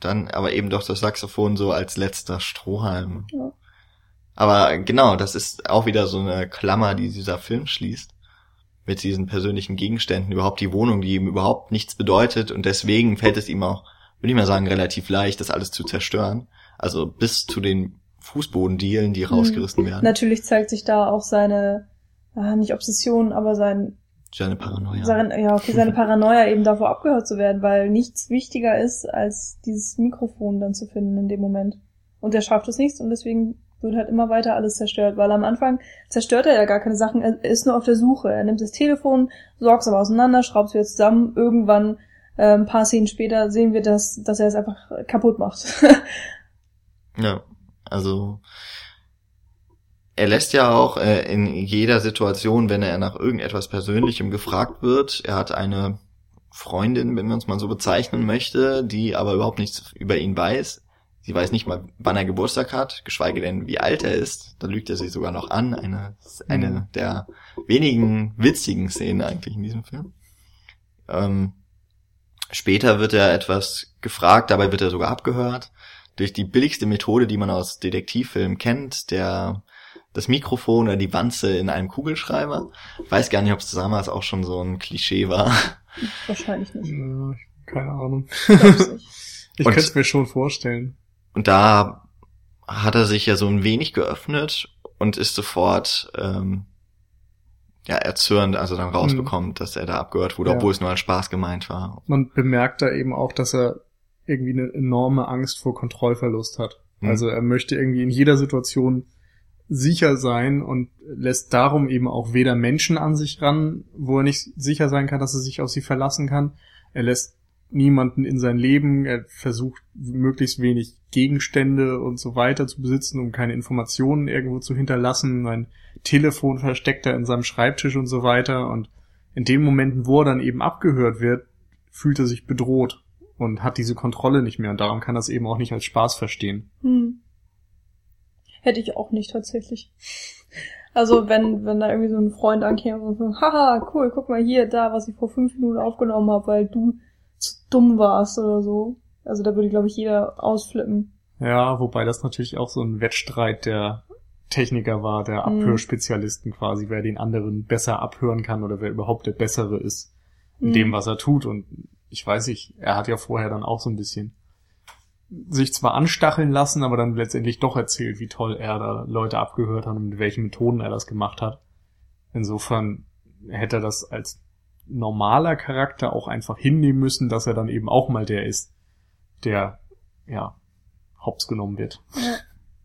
und dann aber eben doch das Saxophon so als letzter Strohhalm. Ja. Aber genau, das ist auch wieder so eine Klammer, die dieser Film schließt. Mit diesen persönlichen Gegenständen, überhaupt die Wohnung, die ihm überhaupt nichts bedeutet und deswegen fällt es ihm auch, würde ich mal sagen, relativ leicht, das alles zu zerstören. Also bis zu den Fußbodendielen, die rausgerissen werden. Natürlich zeigt sich da auch seine, ah, nicht Obsession, aber sein, seine Paranoia. Sein, ja, okay, seine Paranoia eben davor abgehört zu werden, weil nichts wichtiger ist, als dieses Mikrofon dann zu finden in dem Moment. Und er schafft es nicht und deswegen wird halt immer weiter alles zerstört, weil am Anfang zerstört er ja gar keine Sachen, er ist nur auf der Suche. Er nimmt das Telefon, sorgt es aber auseinander, schraubt es wieder zusammen. Irgendwann, äh, ein paar Szenen später, sehen wir, dass, dass er es einfach kaputt macht. Ja, also er lässt ja auch äh, in jeder Situation, wenn er nach irgendetwas Persönlichem gefragt wird, er hat eine Freundin, wenn man es mal so bezeichnen möchte, die aber überhaupt nichts über ihn weiß. Sie weiß nicht mal, wann er Geburtstag hat, geschweige denn, wie alt er ist. Da lügt er sie sogar noch an. Eine, eine mhm. der wenigen witzigen Szenen eigentlich in diesem Film. Ähm, später wird er etwas gefragt, dabei wird er sogar abgehört. Durch die billigste Methode, die man aus Detektivfilmen kennt, der das Mikrofon oder die Wanze in einem Kugelschreiber. Weiß gar nicht, ob es damals auch schon so ein Klischee war. Wahrscheinlich nicht. Ja, keine Ahnung. Ich, ich könnte es mir schon vorstellen. Und da hat er sich ja so ein wenig geöffnet und ist sofort ähm, ja erzürnt, also dann rausbekommt, mhm. dass er da abgehört wurde, ja. obwohl es nur als Spaß gemeint war. Man bemerkt da eben auch, dass er irgendwie eine enorme Angst vor Kontrollverlust hat. Mhm. Also er möchte irgendwie in jeder Situation sicher sein und lässt darum eben auch weder Menschen an sich ran, wo er nicht sicher sein kann, dass er sich auf sie verlassen kann. Er lässt niemanden in sein Leben, er versucht möglichst wenig Gegenstände und so weiter zu besitzen, um keine Informationen irgendwo zu hinterlassen. Ein Telefon versteckt er in seinem Schreibtisch und so weiter. Und in den Momenten, wo er dann eben abgehört wird, fühlt er sich bedroht und hat diese Kontrolle nicht mehr. Und darum kann er es eben auch nicht als Spaß verstehen. Hm. Hätte ich auch nicht tatsächlich. Also wenn wenn da irgendwie so ein Freund ankäme und so, haha, cool, guck mal hier, da, was ich vor fünf Minuten aufgenommen habe, weil du zu dumm warst oder so. Also da würde, glaube ich, jeder ausflippen. Ja, wobei das natürlich auch so ein Wettstreit der Techniker war, der Abhörspezialisten mhm. quasi, wer den anderen besser abhören kann oder wer überhaupt der Bessere ist in mhm. dem, was er tut. Und ich weiß nicht, er hat ja vorher dann auch so ein bisschen sich zwar anstacheln lassen, aber dann letztendlich doch erzählt, wie toll er da Leute abgehört hat und mit welchen Methoden er das gemacht hat. Insofern hätte er das als normaler Charakter auch einfach hinnehmen müssen, dass er dann eben auch mal der ist, der, ja, hops genommen wird. Ja.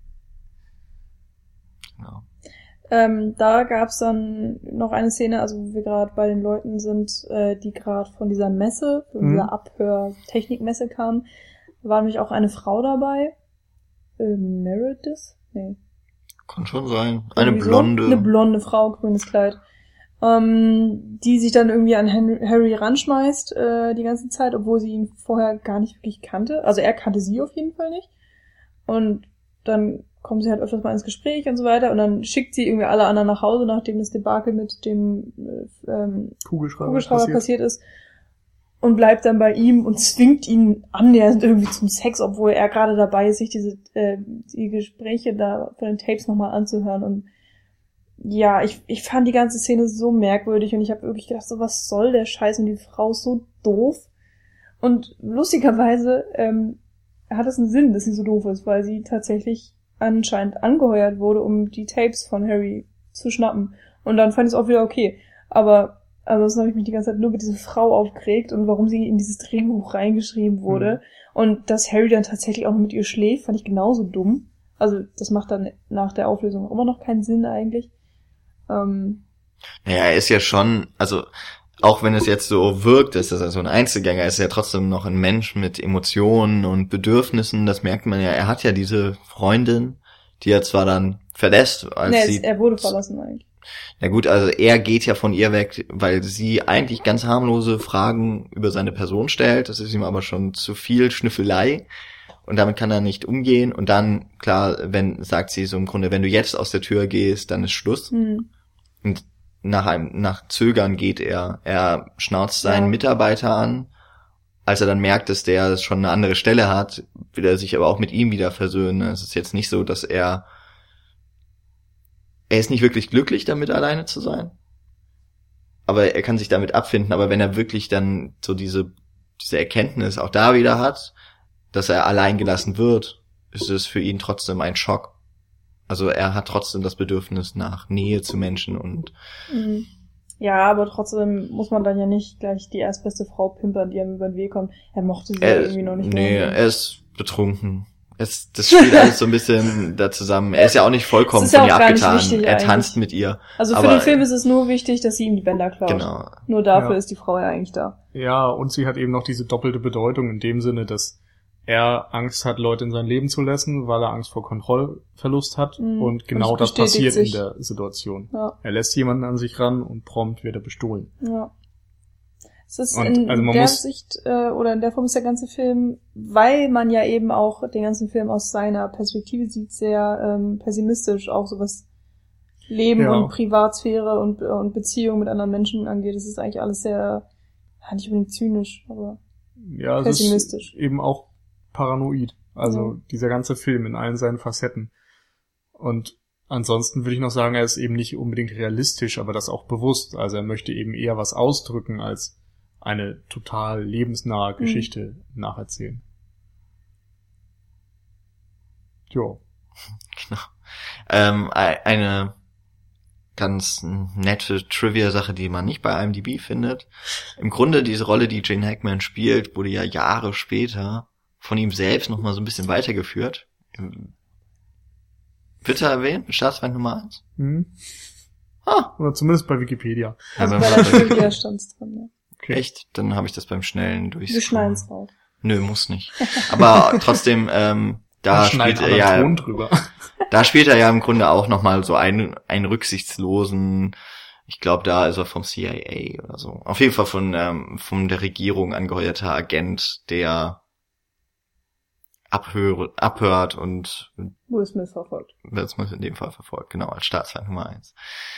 Genau. Ähm, da gab's dann noch eine Szene, also wo wir gerade bei den Leuten sind, äh, die gerade von dieser Messe, von mhm. dieser Abhör-Technikmesse kamen. Da war nämlich auch eine Frau dabei. Äh, Meredith? Nee. Kann schon sein. Eine Irgendwie blonde. So, eine blonde Frau, grünes Kleid. Ähm, die sich dann irgendwie an Harry ranschmeißt, äh, die ganze Zeit, obwohl sie ihn vorher gar nicht wirklich kannte. Also er kannte sie auf jeden Fall nicht. Und dann kommen sie halt öfters mal ins Gespräch und so weiter. Und dann schickt sie irgendwie alle anderen nach Hause, nachdem das Debakel mit dem äh, ähm, Kugelschreiber, Kugelschreiber passiert. passiert ist. Und bleibt dann bei ihm und zwingt ihn annähernd irgendwie zum Sex, obwohl er gerade dabei ist, sich diese äh, die Gespräche da von den Tapes nochmal anzuhören. Und ja, ich ich fand die ganze Szene so merkwürdig und ich habe wirklich gedacht, so was soll der Scheiß und die Frau ist so doof. Und lustigerweise ähm, hat es einen Sinn, dass sie so doof ist, weil sie tatsächlich anscheinend angeheuert wurde, um die Tapes von Harry zu schnappen. Und dann fand ich es auch wieder okay. Aber ansonsten habe ich mich die ganze Zeit nur mit dieser Frau aufgeregt und warum sie in dieses Drehbuch reingeschrieben wurde. Mhm. Und dass Harry dann tatsächlich auch noch mit ihr schläft, fand ich genauso dumm. Also das macht dann nach der Auflösung auch immer noch keinen Sinn eigentlich. Ähm, naja, er ist ja schon, also auch wenn es jetzt so wirkt, dass er so ein Einzelgänger ist, ist er trotzdem noch ein Mensch mit Emotionen und Bedürfnissen. Das merkt man ja. Er hat ja diese Freundin, die er zwar dann verlässt, als nee, sie... er wurde verlassen eigentlich. Na gut, also er geht ja von ihr weg, weil sie eigentlich ganz harmlose Fragen über seine Person stellt. Das ist ihm aber schon zu viel Schnüffelei. Und damit kann er nicht umgehen. Und dann, klar, wenn, sagt sie so im Grunde, wenn du jetzt aus der Tür gehst, dann ist Schluss. Mhm. Und nach einem, nach Zögern geht er. Er schnauzt seinen ja. Mitarbeiter an. als er dann merkt, dass der schon eine andere Stelle hat, will er sich aber auch mit ihm wieder versöhnen. Es ist jetzt nicht so, dass er er ist nicht wirklich glücklich damit, alleine zu sein. Aber er kann sich damit abfinden. Aber wenn er wirklich dann so diese diese Erkenntnis auch da wieder hat, dass er allein gelassen wird, ist es für ihn trotzdem ein Schock. Also er hat trotzdem das Bedürfnis nach Nähe zu Menschen und Mhm. Ja, aber trotzdem muss man dann ja nicht gleich die erstbeste Frau pimpern, die einem über den Weg kommt. Er mochte sie ja er, irgendwie noch nicht. nee, mehr. er ist betrunken. Es, das spielt alles so ein bisschen da zusammen. Er ist ja auch nicht vollkommen Das ist ja von ihr auch gar nicht abgetan. wichtig Er tanzt eigentlich. mit ihr. Also für aber- den Film ist es nur wichtig, dass sie ihm die Bänder klaut. Genau. Nur dafür Ja. ist die Frau ja eigentlich da. Ja, und sie hat eben noch diese doppelte Bedeutung in dem Sinne, dass er Angst hat, Leute in sein Leben zu lassen, weil er Angst vor Kontrollverlust hat. Mhm. Und genau Und es das bestätigt passiert sich. in der Situation. Ja, Er lässt jemanden an sich ran und prompt wird er bestohlen. ja. Es ist Und, in also man der muss- Sicht, äh, oder in der Form ist der ganze Film, weil man ja eben auch den ganzen Film aus seiner Perspektive sieht, sehr ähm, pessimistisch, auch so was Leben Ja. und Privatsphäre und, und Beziehung mit anderen Menschen angeht. Das ist eigentlich alles sehr, ja, nicht unbedingt zynisch, aber Ja, es ist Pessimistisch. eben auch paranoid. Also Ja. dieser ganze Film in allen seinen Facetten. Und ansonsten würde ich noch sagen, er ist eben nicht unbedingt realistisch, aber das auch bewusst. Also er möchte eben eher was ausdrücken, als eine total lebensnahe Geschichte nacherzählen. Jo. Genau. Ähm, ei- eine ganz nette Trivia-Sache, die man nicht bei I M D B findet. Im Grunde diese Rolle, die Gene Hackman spielt, wurde ja Jahre später von ihm selbst nochmal so ein bisschen weitergeführt. Wird er erwähnt? Staatsfeind Nummer eins? Hm? Ah, Oder zumindest bei Wikipedia. also aber bei der Trivia stand's drin, ja. Okay. echt? Dann habe ich das beim schnellen Wir Durchscrollen. schneiden's raus. Nö, muss nicht. Aber trotzdem, ähm, da Schneiden spielt er ja, anderen Ton drüber. da spielt er ja im Grunde auch nochmal so einen, einen rücksichtslosen, ich glaube, da ist er vom C I A oder so. Auf jeden Fall von, ähm, von der Regierung angeheuerter Agent, der abhöre, abhört und Will Smith verfolgt. wird man in dem Fall verfolgt, genau, als Staatsfeind Nummer eins.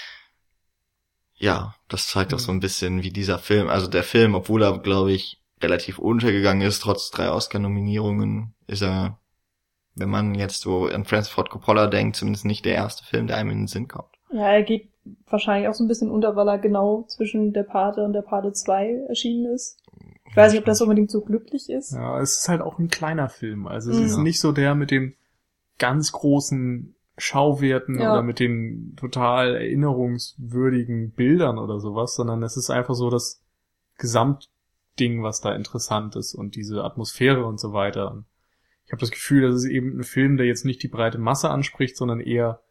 Ja, das zeigt auch so ein bisschen, wie dieser Film, also der Film, obwohl er, glaube ich, relativ untergegangen ist, trotz drei Oscar-Nominierungen, ist er, wenn man jetzt so an Francis Ford Coppola denkt, zumindest nicht der erste Film, der einem in den Sinn kommt. Ja, er geht wahrscheinlich auch so ein bisschen unter, weil er genau zwischen der Pate und der Pate zwei erschienen ist. Ich weiß nicht, ob das unbedingt so glücklich ist. Ja, es ist halt auch ein kleiner Film. Also es Mhm. ist nicht so der mit dem ganz großen Schauwerten Ja. oder mit den total erinnerungswürdigen Bildern oder sowas, sondern es ist einfach so das Gesamtding, was da interessant ist und diese Atmosphäre und so weiter. Und ich habe das Gefühl, das ist eben ein Film, der jetzt nicht die breite Masse anspricht, sondern eher,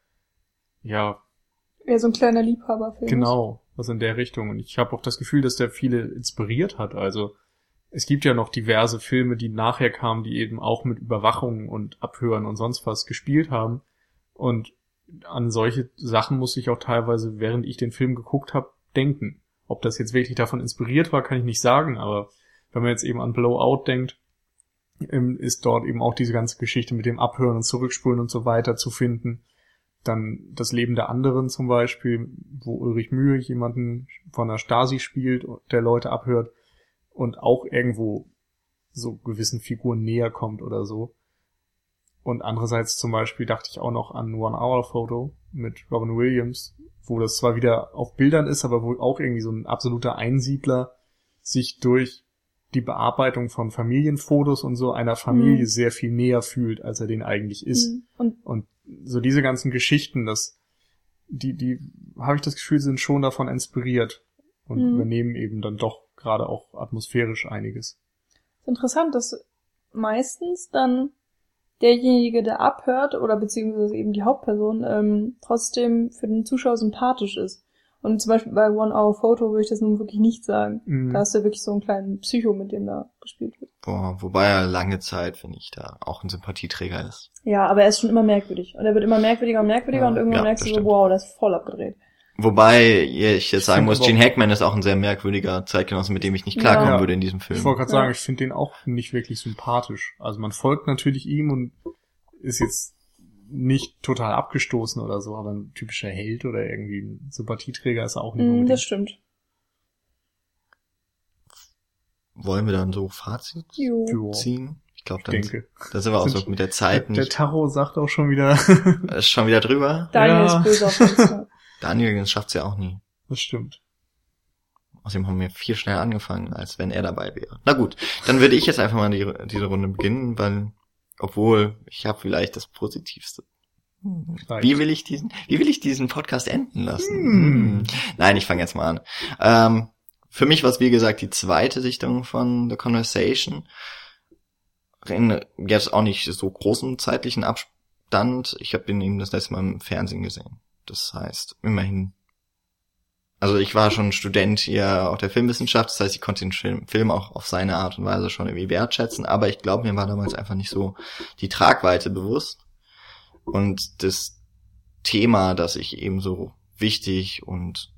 ja, Eher so ein kleiner Liebhaberfilm. genau, was in der Richtung. Und ich habe auch das Gefühl, dass der viele inspiriert hat. Also es gibt ja noch diverse Filme, die nachher kamen, die eben auch mit Überwachung und Abhören und sonst was gespielt haben. Und an solche Sachen musste ich auch teilweise, während ich den Film geguckt habe, denken. Ob das jetzt wirklich davon inspiriert war, kann ich nicht sagen. Aber wenn man jetzt eben an Blowout denkt, ähm, ist dort eben auch diese ganze Geschichte mit dem Abhören und Zurückspulen und so weiter zu finden. Dann das Leben der anderen zum Beispiel, wo Ulrich Mühe jemanden von der Stasi spielt, der Leute abhört und auch irgendwo so gewissen Figuren näher kommt oder so. Und andererseits zum Beispiel dachte ich auch noch an One Hour Photo mit Robin Williams, wo das zwar wieder auf Bildern ist, aber wo auch irgendwie so ein absoluter Einsiedler sich durch die Bearbeitung von Familienfotos und so einer Familie Mhm. sehr viel näher fühlt, als er den eigentlich ist. Mhm. Und Und so diese ganzen Geschichten, das, die, die, habe ich das Gefühl, sind schon davon inspiriert und Mhm. übernehmen eben dann doch gerade auch atmosphärisch einiges. es ist interessant, dass meistens dann derjenige, der abhört, oder beziehungsweise eben die Hauptperson, ähm, trotzdem für den Zuschauer sympathisch ist. Und zum Beispiel bei One Hour Photo würde ich das nun wirklich nicht sagen. Mhm. Da hast du wirklich so einen kleinen Psycho, mit dem da gespielt wird. Boah, wobei er lange Zeit, finde ich, da auch ein Sympathieträger ist. Ja, aber er ist schon immer merkwürdig. Und er wird immer merkwürdiger und merkwürdiger Ja, und irgendwann ja, merkst das du so, stimmt. wow, das ist voll abgedreht. Wobei ich jetzt sagen find muss, aber Gene auch- Hackman ist auch ein sehr merkwürdiger Zeitgenosse, mit dem ich nicht klarkommen Ja. würde in diesem Film. Ich wollte gerade Ja. sagen, ich finde den auch nicht wirklich sympathisch. Also man folgt natürlich ihm und ist jetzt nicht total abgestoßen oder so, aber ein typischer Held oder irgendwie ein Sympathieträger ist er auch nicht Mm, unbedingt. das stimmt. wollen wir dann so Fazit Jo. ziehen? Ich glaube, Ich dann denke. da sind wir auch so mit der Zeit Der nicht. Tacho sagt auch schon wieder. Ist schon wieder drüber. Daniel Ja. ist böse auf uns. Ja. Daniel schafft's ja auch nie. Das stimmt. Außerdem haben wir viel schneller angefangen, als wenn er dabei wäre. Na gut, dann würde ich jetzt einfach mal die, diese Runde beginnen, weil, obwohl, ich habe vielleicht das Positivste. Vielleicht. Wie will ich diesen, wie will ich diesen Podcast enden lassen? Hm. Hm. Nein, ich fange jetzt mal an. Ähm, für mich war es, wie gesagt, die zweite Sichtung von The Conversation. In jetzt auch nicht so großen zeitlichen Abstand. Ich habe ihn eben das letzte Mal im Fernsehen gesehen. Das heißt, immerhin. Also ich war schon Student hier auch der Filmwissenschaft, das heißt, ich konnte den Film, Film auch auf seine Art und Weise schon irgendwie wertschätzen, aber ich glaube, mir war damals einfach nicht so die Tragweite bewusst und das Thema, das ich eben so wichtig und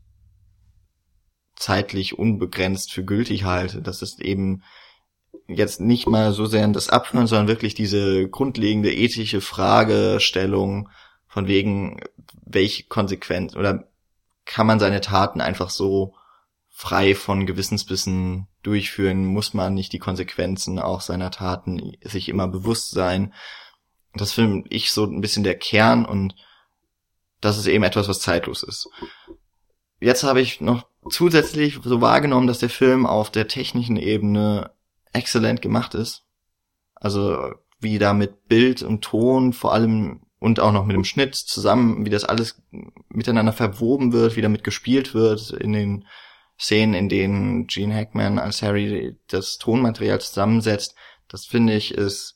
zeitlich unbegrenzt für gültig halte, das ist eben jetzt nicht mal so sehr in das Abhören, sondern wirklich diese grundlegende ethische Fragestellung von wegen, welche Konsequenz oder kann man seine Taten einfach so frei von Gewissensbissen durchführen? Muss man nicht die Konsequenzen auch seiner Taten sich immer bewusst sein? Das finde ich so ein bisschen der Kern und das ist eben etwas, was zeitlos ist. Jetzt habe ich noch zusätzlich so wahrgenommen, dass der Film auf der technischen Ebene exzellent gemacht ist. Also wie da mit Bild und Ton vor allem und auch noch mit dem Schnitt zusammen, wie das alles miteinander verwoben wird, wie damit gespielt wird in den Szenen, in denen Gene Hackman als Harry das Tonmaterial zusammensetzt. Das finde ich ist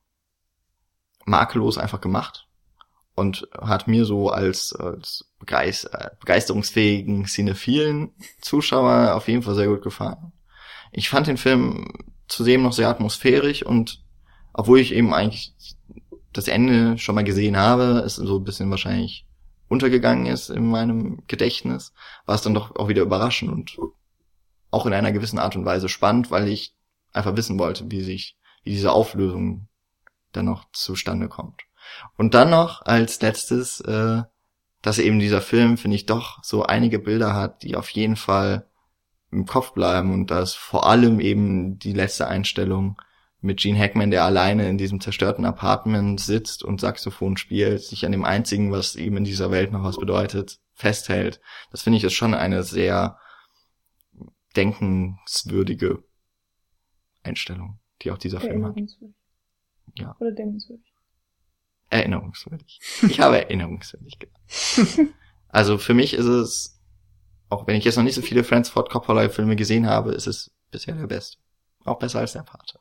makellos einfach gemacht und hat mir so als, als begeisterungsfähigen cinephilen Zuschauer auf jeden Fall sehr gut gefallen. Ich fand den Film zudem noch sehr atmosphärisch und obwohl ich eben eigentlich das Ende schon mal gesehen habe, es so ein bisschen wahrscheinlich untergegangen ist in meinem Gedächtnis, war es dann doch auch wieder überraschend und auch in einer gewissen Art und Weise spannend, weil ich einfach wissen wollte, wie sich, wie diese Auflösung dann noch zustande kommt. Und dann noch als letztes, äh, dass eben dieser Film, finde ich, doch so einige Bilder hat, die auf jeden Fall im Kopf bleiben und das vor allem eben die letzte Einstellung mit Gene Hackman, der alleine in diesem zerstörten Apartment sitzt und Saxophon spielt, sich an dem einzigen, was ihm in dieser Welt noch was bedeutet, festhält. Das finde ich ist schon eine sehr denkenswürdige Einstellung, die auch dieser Film hat. Erinnerungswürdig. Ja. Oder denkenswürdig. Erinnerungswürdig. Ich habe erinnerungswürdig gesagt. Also für mich ist es, auch wenn ich jetzt noch nicht so viele Francis Ford Coppola Filme gesehen habe, ist es bisher der beste. Auch besser als der Pate.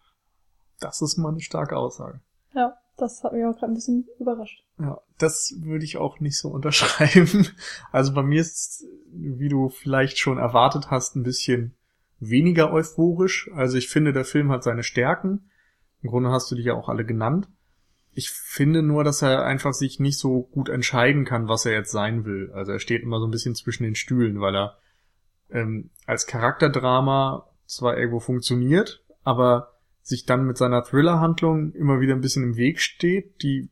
Das ist mal eine starke Aussage. Ja, das hat mich auch gerade ein bisschen überrascht. Ja, das würde ich auch nicht so unterschreiben. Also bei mir ist, wie du vielleicht schon erwartet hast, ein bisschen weniger euphorisch. Also ich finde, der Film hat seine Stärken. Im Grunde hast du die ja auch alle genannt. Ich finde nur, dass er einfach sich nicht so gut entscheiden kann, was er jetzt sein will. Also er steht immer so ein bisschen zwischen den Stühlen, weil er ähm, als Charakterdrama zwar irgendwo funktioniert, aber sich dann mit seiner Thriller-Handlung immer wieder ein bisschen im Weg steht, die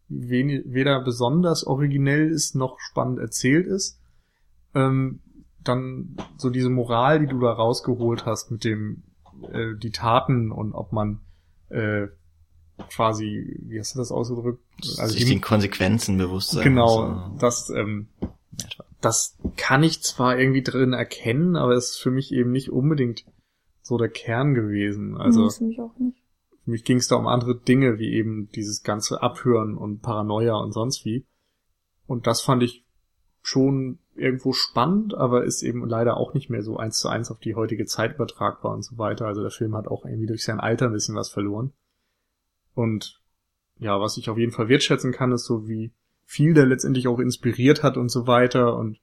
weder besonders originell ist, noch spannend erzählt ist. Ähm, dann so diese Moral, die du da rausgeholt hast mit dem äh, die Taten und ob man äh, quasi, wie hast du das ausgedrückt? Also sich die, den Konsequenzen bewusst sein. genau, Also, das ähm, das kann ich zwar irgendwie drin erkennen, aber es ist für mich eben nicht unbedingt so der Kern gewesen. Also Nee, für mich auch nicht. für mich ging es da um andere Dinge, wie eben dieses ganze Abhören und Paranoia und sonst wie. Und das fand ich schon irgendwo spannend, aber ist eben leider auch nicht mehr so eins zu eins auf die heutige Zeit übertragbar und so weiter. Also der Film hat auch irgendwie durch sein Alter ein bisschen was verloren. Und ja, was ich auf jeden Fall wertschätzen kann, ist so, wie viel der letztendlich auch inspiriert hat und so weiter. Und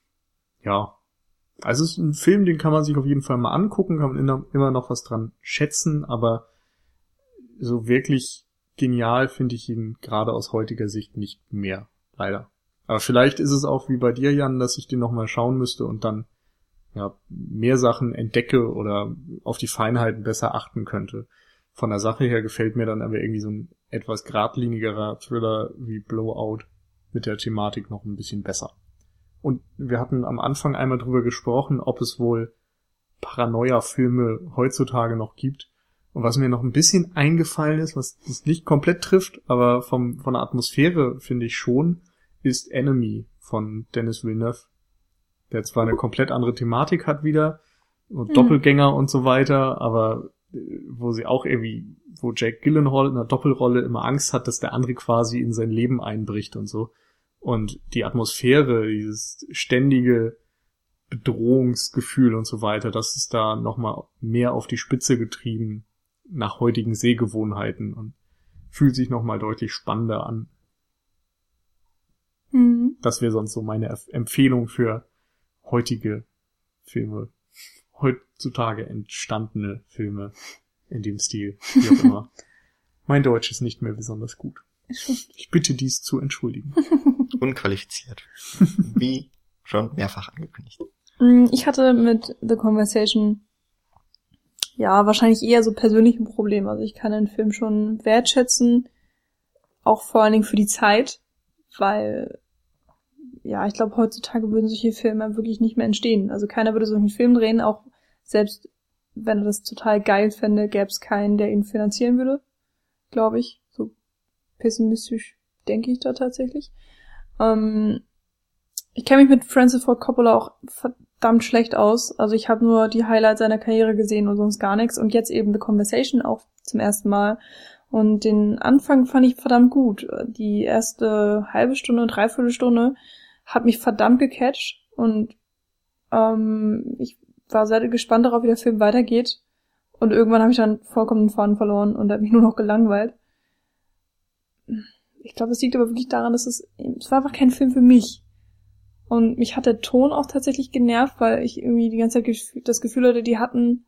ja, also es ist ein Film, den kann man sich auf jeden Fall mal angucken, kann man immer noch was dran schätzen, aber so wirklich genial finde ich ihn gerade aus heutiger Sicht nicht mehr, leider. Aber vielleicht ist es auch wie bei dir, Jan, dass ich den nochmal schauen müsste und dann ja mehr Sachen entdecke oder auf die Feinheiten besser achten könnte. Von der Sache her gefällt mir dann aber irgendwie so ein etwas geradlinigerer Thriller wie Blowout mit der Thematik noch ein bisschen besser. Und wir hatten am Anfang einmal drüber gesprochen, ob es wohl Paranoia-Filme heutzutage noch gibt. Und was mir noch ein bisschen eingefallen ist, was das nicht komplett trifft, aber vom von der Atmosphäre finde ich schon, ist Enemy von Denis Villeneuve. Der zwar eine komplett andere Thematik hat wieder, und mhm. Doppelgänger und so weiter, aber wo sie auch irgendwie, wo Jake Gyllenhaal in einer Doppelrolle immer Angst hat, dass der andere quasi in sein Leben einbricht und so. Und die Atmosphäre, dieses ständige Bedrohungsgefühl und so weiter, das ist da nochmal mehr auf die Spitze getrieben nach heutigen Sehgewohnheiten und fühlt sich nochmal deutlich spannender an. Mhm. Das wäre sonst so meine Empfehlung für heutige Filme. Heutzutage entstandene Filme in dem Stil, wie auch immer. Mein Deutsch ist nicht mehr besonders gut. Ich bitte dies zu entschuldigen. Unqualifiziert. Wie schon mehrfach angekündigt. Ich hatte mit The Conversation ja wahrscheinlich eher so persönliche Probleme. Also ich kann den Film schon wertschätzen, auch vor allen Dingen für die Zeit, weil ja, ich glaube, heutzutage würden solche Filme wirklich nicht mehr entstehen. Also keiner würde so einen Film drehen, auch selbst wenn er das total geil fände, gäbe es keinen, der ihn finanzieren würde, glaube ich. So pessimistisch denke ich da tatsächlich. Ähm, ich kenne mich mit Francis Ford Coppola auch verdammt schlecht aus. Also ich habe nur die Highlights seiner Karriere gesehen und sonst gar nichts. Und jetzt eben The Conversation auch zum ersten Mal. Und den Anfang fand ich verdammt gut. Die erste halbe Stunde, dreiviertel Stunde hat mich verdammt gecatcht. Und ähm, ich war sehr gespannt darauf, wie der Film weitergeht. Und irgendwann habe ich dann vollkommen den Faden verloren und habe mich nur noch gelangweilt. Ich glaube, es liegt aber wirklich daran, dass es, es war einfach kein Film für mich. Und mich hat der Ton auch tatsächlich genervt, weil ich irgendwie die ganze Zeit das Gefühl hatte, die hatten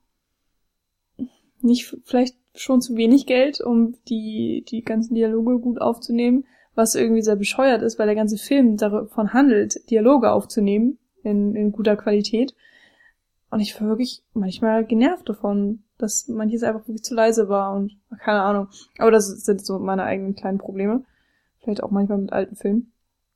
nicht vielleicht schon zu wenig Geld, um die die ganzen Dialoge gut aufzunehmen, was irgendwie sehr bescheuert ist, weil der ganze Film davon handelt, Dialoge aufzunehmen in, in guter Qualität. Und ich war wirklich manchmal genervt davon, dass manches einfach wirklich zu leise war und keine Ahnung. Aber das sind so meine eigenen kleinen Probleme. Vielleicht auch manchmal mit alten Filmen.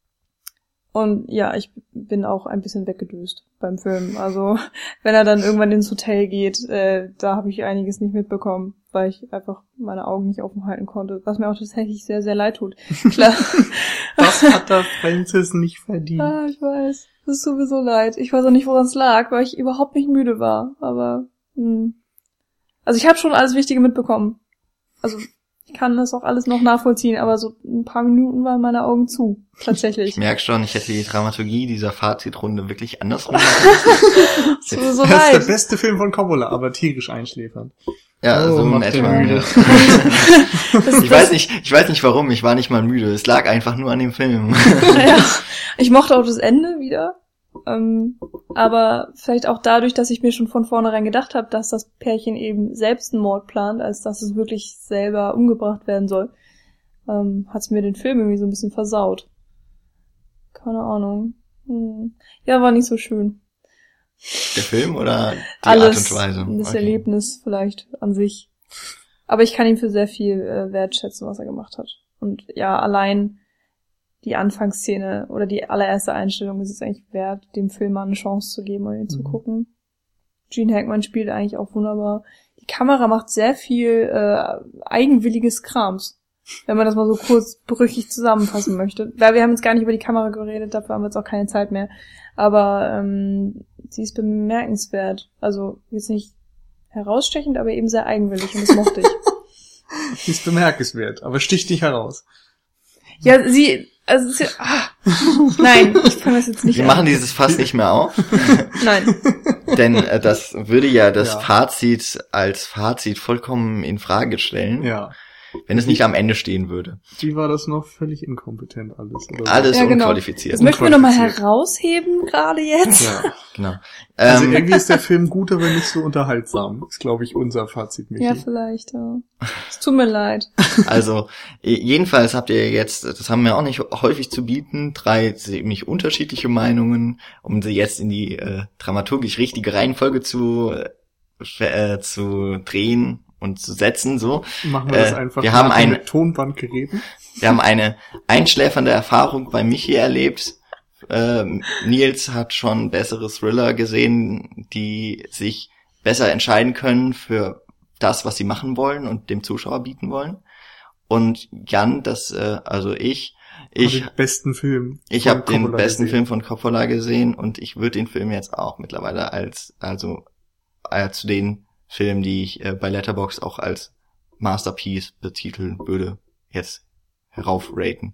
Und ja, ich bin auch ein bisschen weggedöst beim Film. Also wenn er dann irgendwann ins Hotel geht, äh, da habe ich einiges nicht mitbekommen, weil ich einfach meine Augen nicht offen halten konnte. Was mir auch tatsächlich sehr, sehr leid tut. Klar. Das hat der Francis nicht verdient. Ah, ich weiß. Das ist sowieso leid. Ich weiß auch nicht, woran es lag, weil ich überhaupt nicht müde war. Aber hm. Also ich habe schon alles Wichtige mitbekommen. Also ich kann das auch alles noch nachvollziehen, aber so ein paar Minuten waren meine Augen zu, tatsächlich. Ich merke schon, ich hätte die Dramaturgie dieser Fazitrunde wirklich andersrum gemacht. so, so das ist der beste Film von Coppola, aber tierisch einschläfernd. Ja, oh, so in etwa. Müde. ich weiß nicht, ich weiß nicht warum, ich war nicht mal müde. Es lag einfach nur an dem Film. Ja, ich mochte auch das Ende wieder. Ähm, aber vielleicht auch dadurch, dass ich mir schon von vornherein gedacht habe, dass das Pärchen eben selbst einen Mord plant, als dass es wirklich selber umgebracht werden soll, ähm, hat es mir den Film irgendwie so ein bisschen versaut. Keine Ahnung. Hm. Ja, war nicht so schön. Der Film oder die Alles, Art und Weise? Das okay. Erlebnis vielleicht an sich. Aber ich kann ihm für sehr viel äh, wertschätzen, was er gemacht hat. Und ja, allein die Anfangsszene oder die allererste Einstellung ist es eigentlich wert, dem Film mal eine Chance zu geben und ihn mhm. zu gucken. Gene Hackman spielt eigentlich auch wunderbar. Die Kamera macht sehr viel äh, eigenwilliges Krams, wenn man das mal so kurz brüchig zusammenfassen möchte. Weil wir haben jetzt gar nicht über die Kamera geredet, dafür haben wir jetzt auch keine Zeit mehr. Aber ähm, sie ist bemerkenswert. Also jetzt nicht herausstechend, aber eben sehr eigenwillig und das mochte ich. Sie ist bemerkenswert, aber sticht nicht heraus. Ja, sie... Also es ist ja, ah, nein, ich fange das jetzt nicht Wir an. Wir machen dieses Fass nicht mehr auf. Nein. Denn äh, das würde ja das ja. Fazit als Fazit vollkommen in Frage stellen. Ja. Wenn es nicht am Ende stehen würde. Wie war das noch? Völlig inkompetent alles. Oder alles ja, genau. unqualifiziert. Das möchten wir nochmal herausheben, gerade jetzt. Ja, genau. Also ähm, irgendwie ist der Film gut, aber nicht so unterhaltsam. Ist, glaube ich, unser Fazit, Michi. Ja, vielleicht, ja. Es tut mir leid. Also, jedenfalls habt ihr jetzt, das haben wir auch nicht häufig zu bieten, drei ziemlich unterschiedliche Meinungen, um sie jetzt in die äh, dramaturgisch richtige Reihenfolge zu, äh, zu drehen und zu setzen, so. Machen wir das äh, einfach wir haben ein Tonbandgerät. Wir haben eine einschläfernde Erfahrung bei Michi erlebt. Äh, Nils hat schon bessere Thriller gesehen, die sich besser entscheiden können für das, was sie machen wollen und dem Zuschauer bieten wollen. Und Jan, das, äh, also ich, ich, den besten Film. Ich habe den besten gesehen. Film von Coppola gesehen und ich würde den Film jetzt auch mittlerweile als, also äh, zu den Filmen, die ich äh, bei Letterboxd auch als Masterpiece betiteln würde, jetzt heraufraten.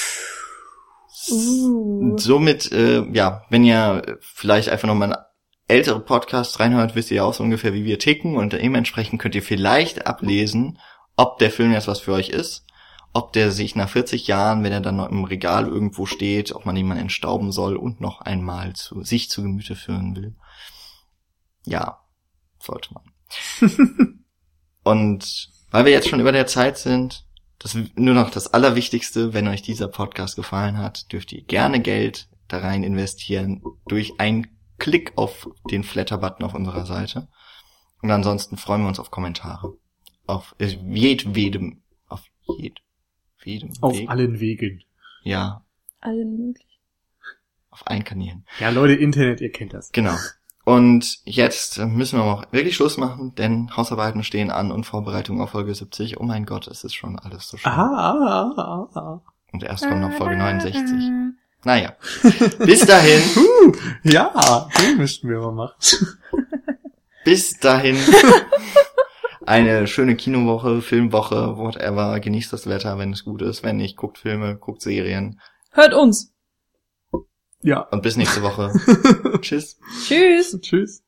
Uh. Somit, äh, ja, wenn ihr vielleicht einfach nochmal einen ältere Podcasts reinhört, wisst ihr ja auch so ungefähr, wie wir ticken und dementsprechend könnt ihr vielleicht ablesen, ob der Film jetzt was für euch ist, ob der sich nach vierzig Jahren, wenn er dann noch im Regal irgendwo steht, ob man ihn mal entstauben soll und noch einmal zu sich zu Gemüte führen will. Ja, sollte man. Und weil wir jetzt schon über der Zeit sind, das nur noch das Allerwichtigste, wenn euch dieser Podcast gefallen hat, dürft ihr gerne Geld da rein investieren durch einen Klick auf den Flatter-Button auf unserer Seite. Und ansonsten freuen wir uns auf Kommentare. Auf jedwedem, auf jed, jedem Auf Weg. allen Wegen. Ja. Allen möglichen. Auf allen Kanälen. Ja, Leute, Internet, ihr kennt das. Genau. Und jetzt müssen wir auch wirklich Schluss machen, denn Hausarbeiten stehen an und Vorbereitungen auf Folge siebzig. Oh mein Gott, es ist schon alles so schön. Ah, ah, ah. Und erst kommt noch Folge neunundsechzig. Naja, bis dahin. Uh, ja, den müssten wir mal machen. Bis dahin. Eine schöne Kinowoche, Filmwoche, whatever. Genießt das Wetter, wenn es gut ist. Wenn nicht, guckt Filme, guckt Serien. Hört uns. Ja. Und bis nächste Woche. Tschüss. Tschüss. Tschüss.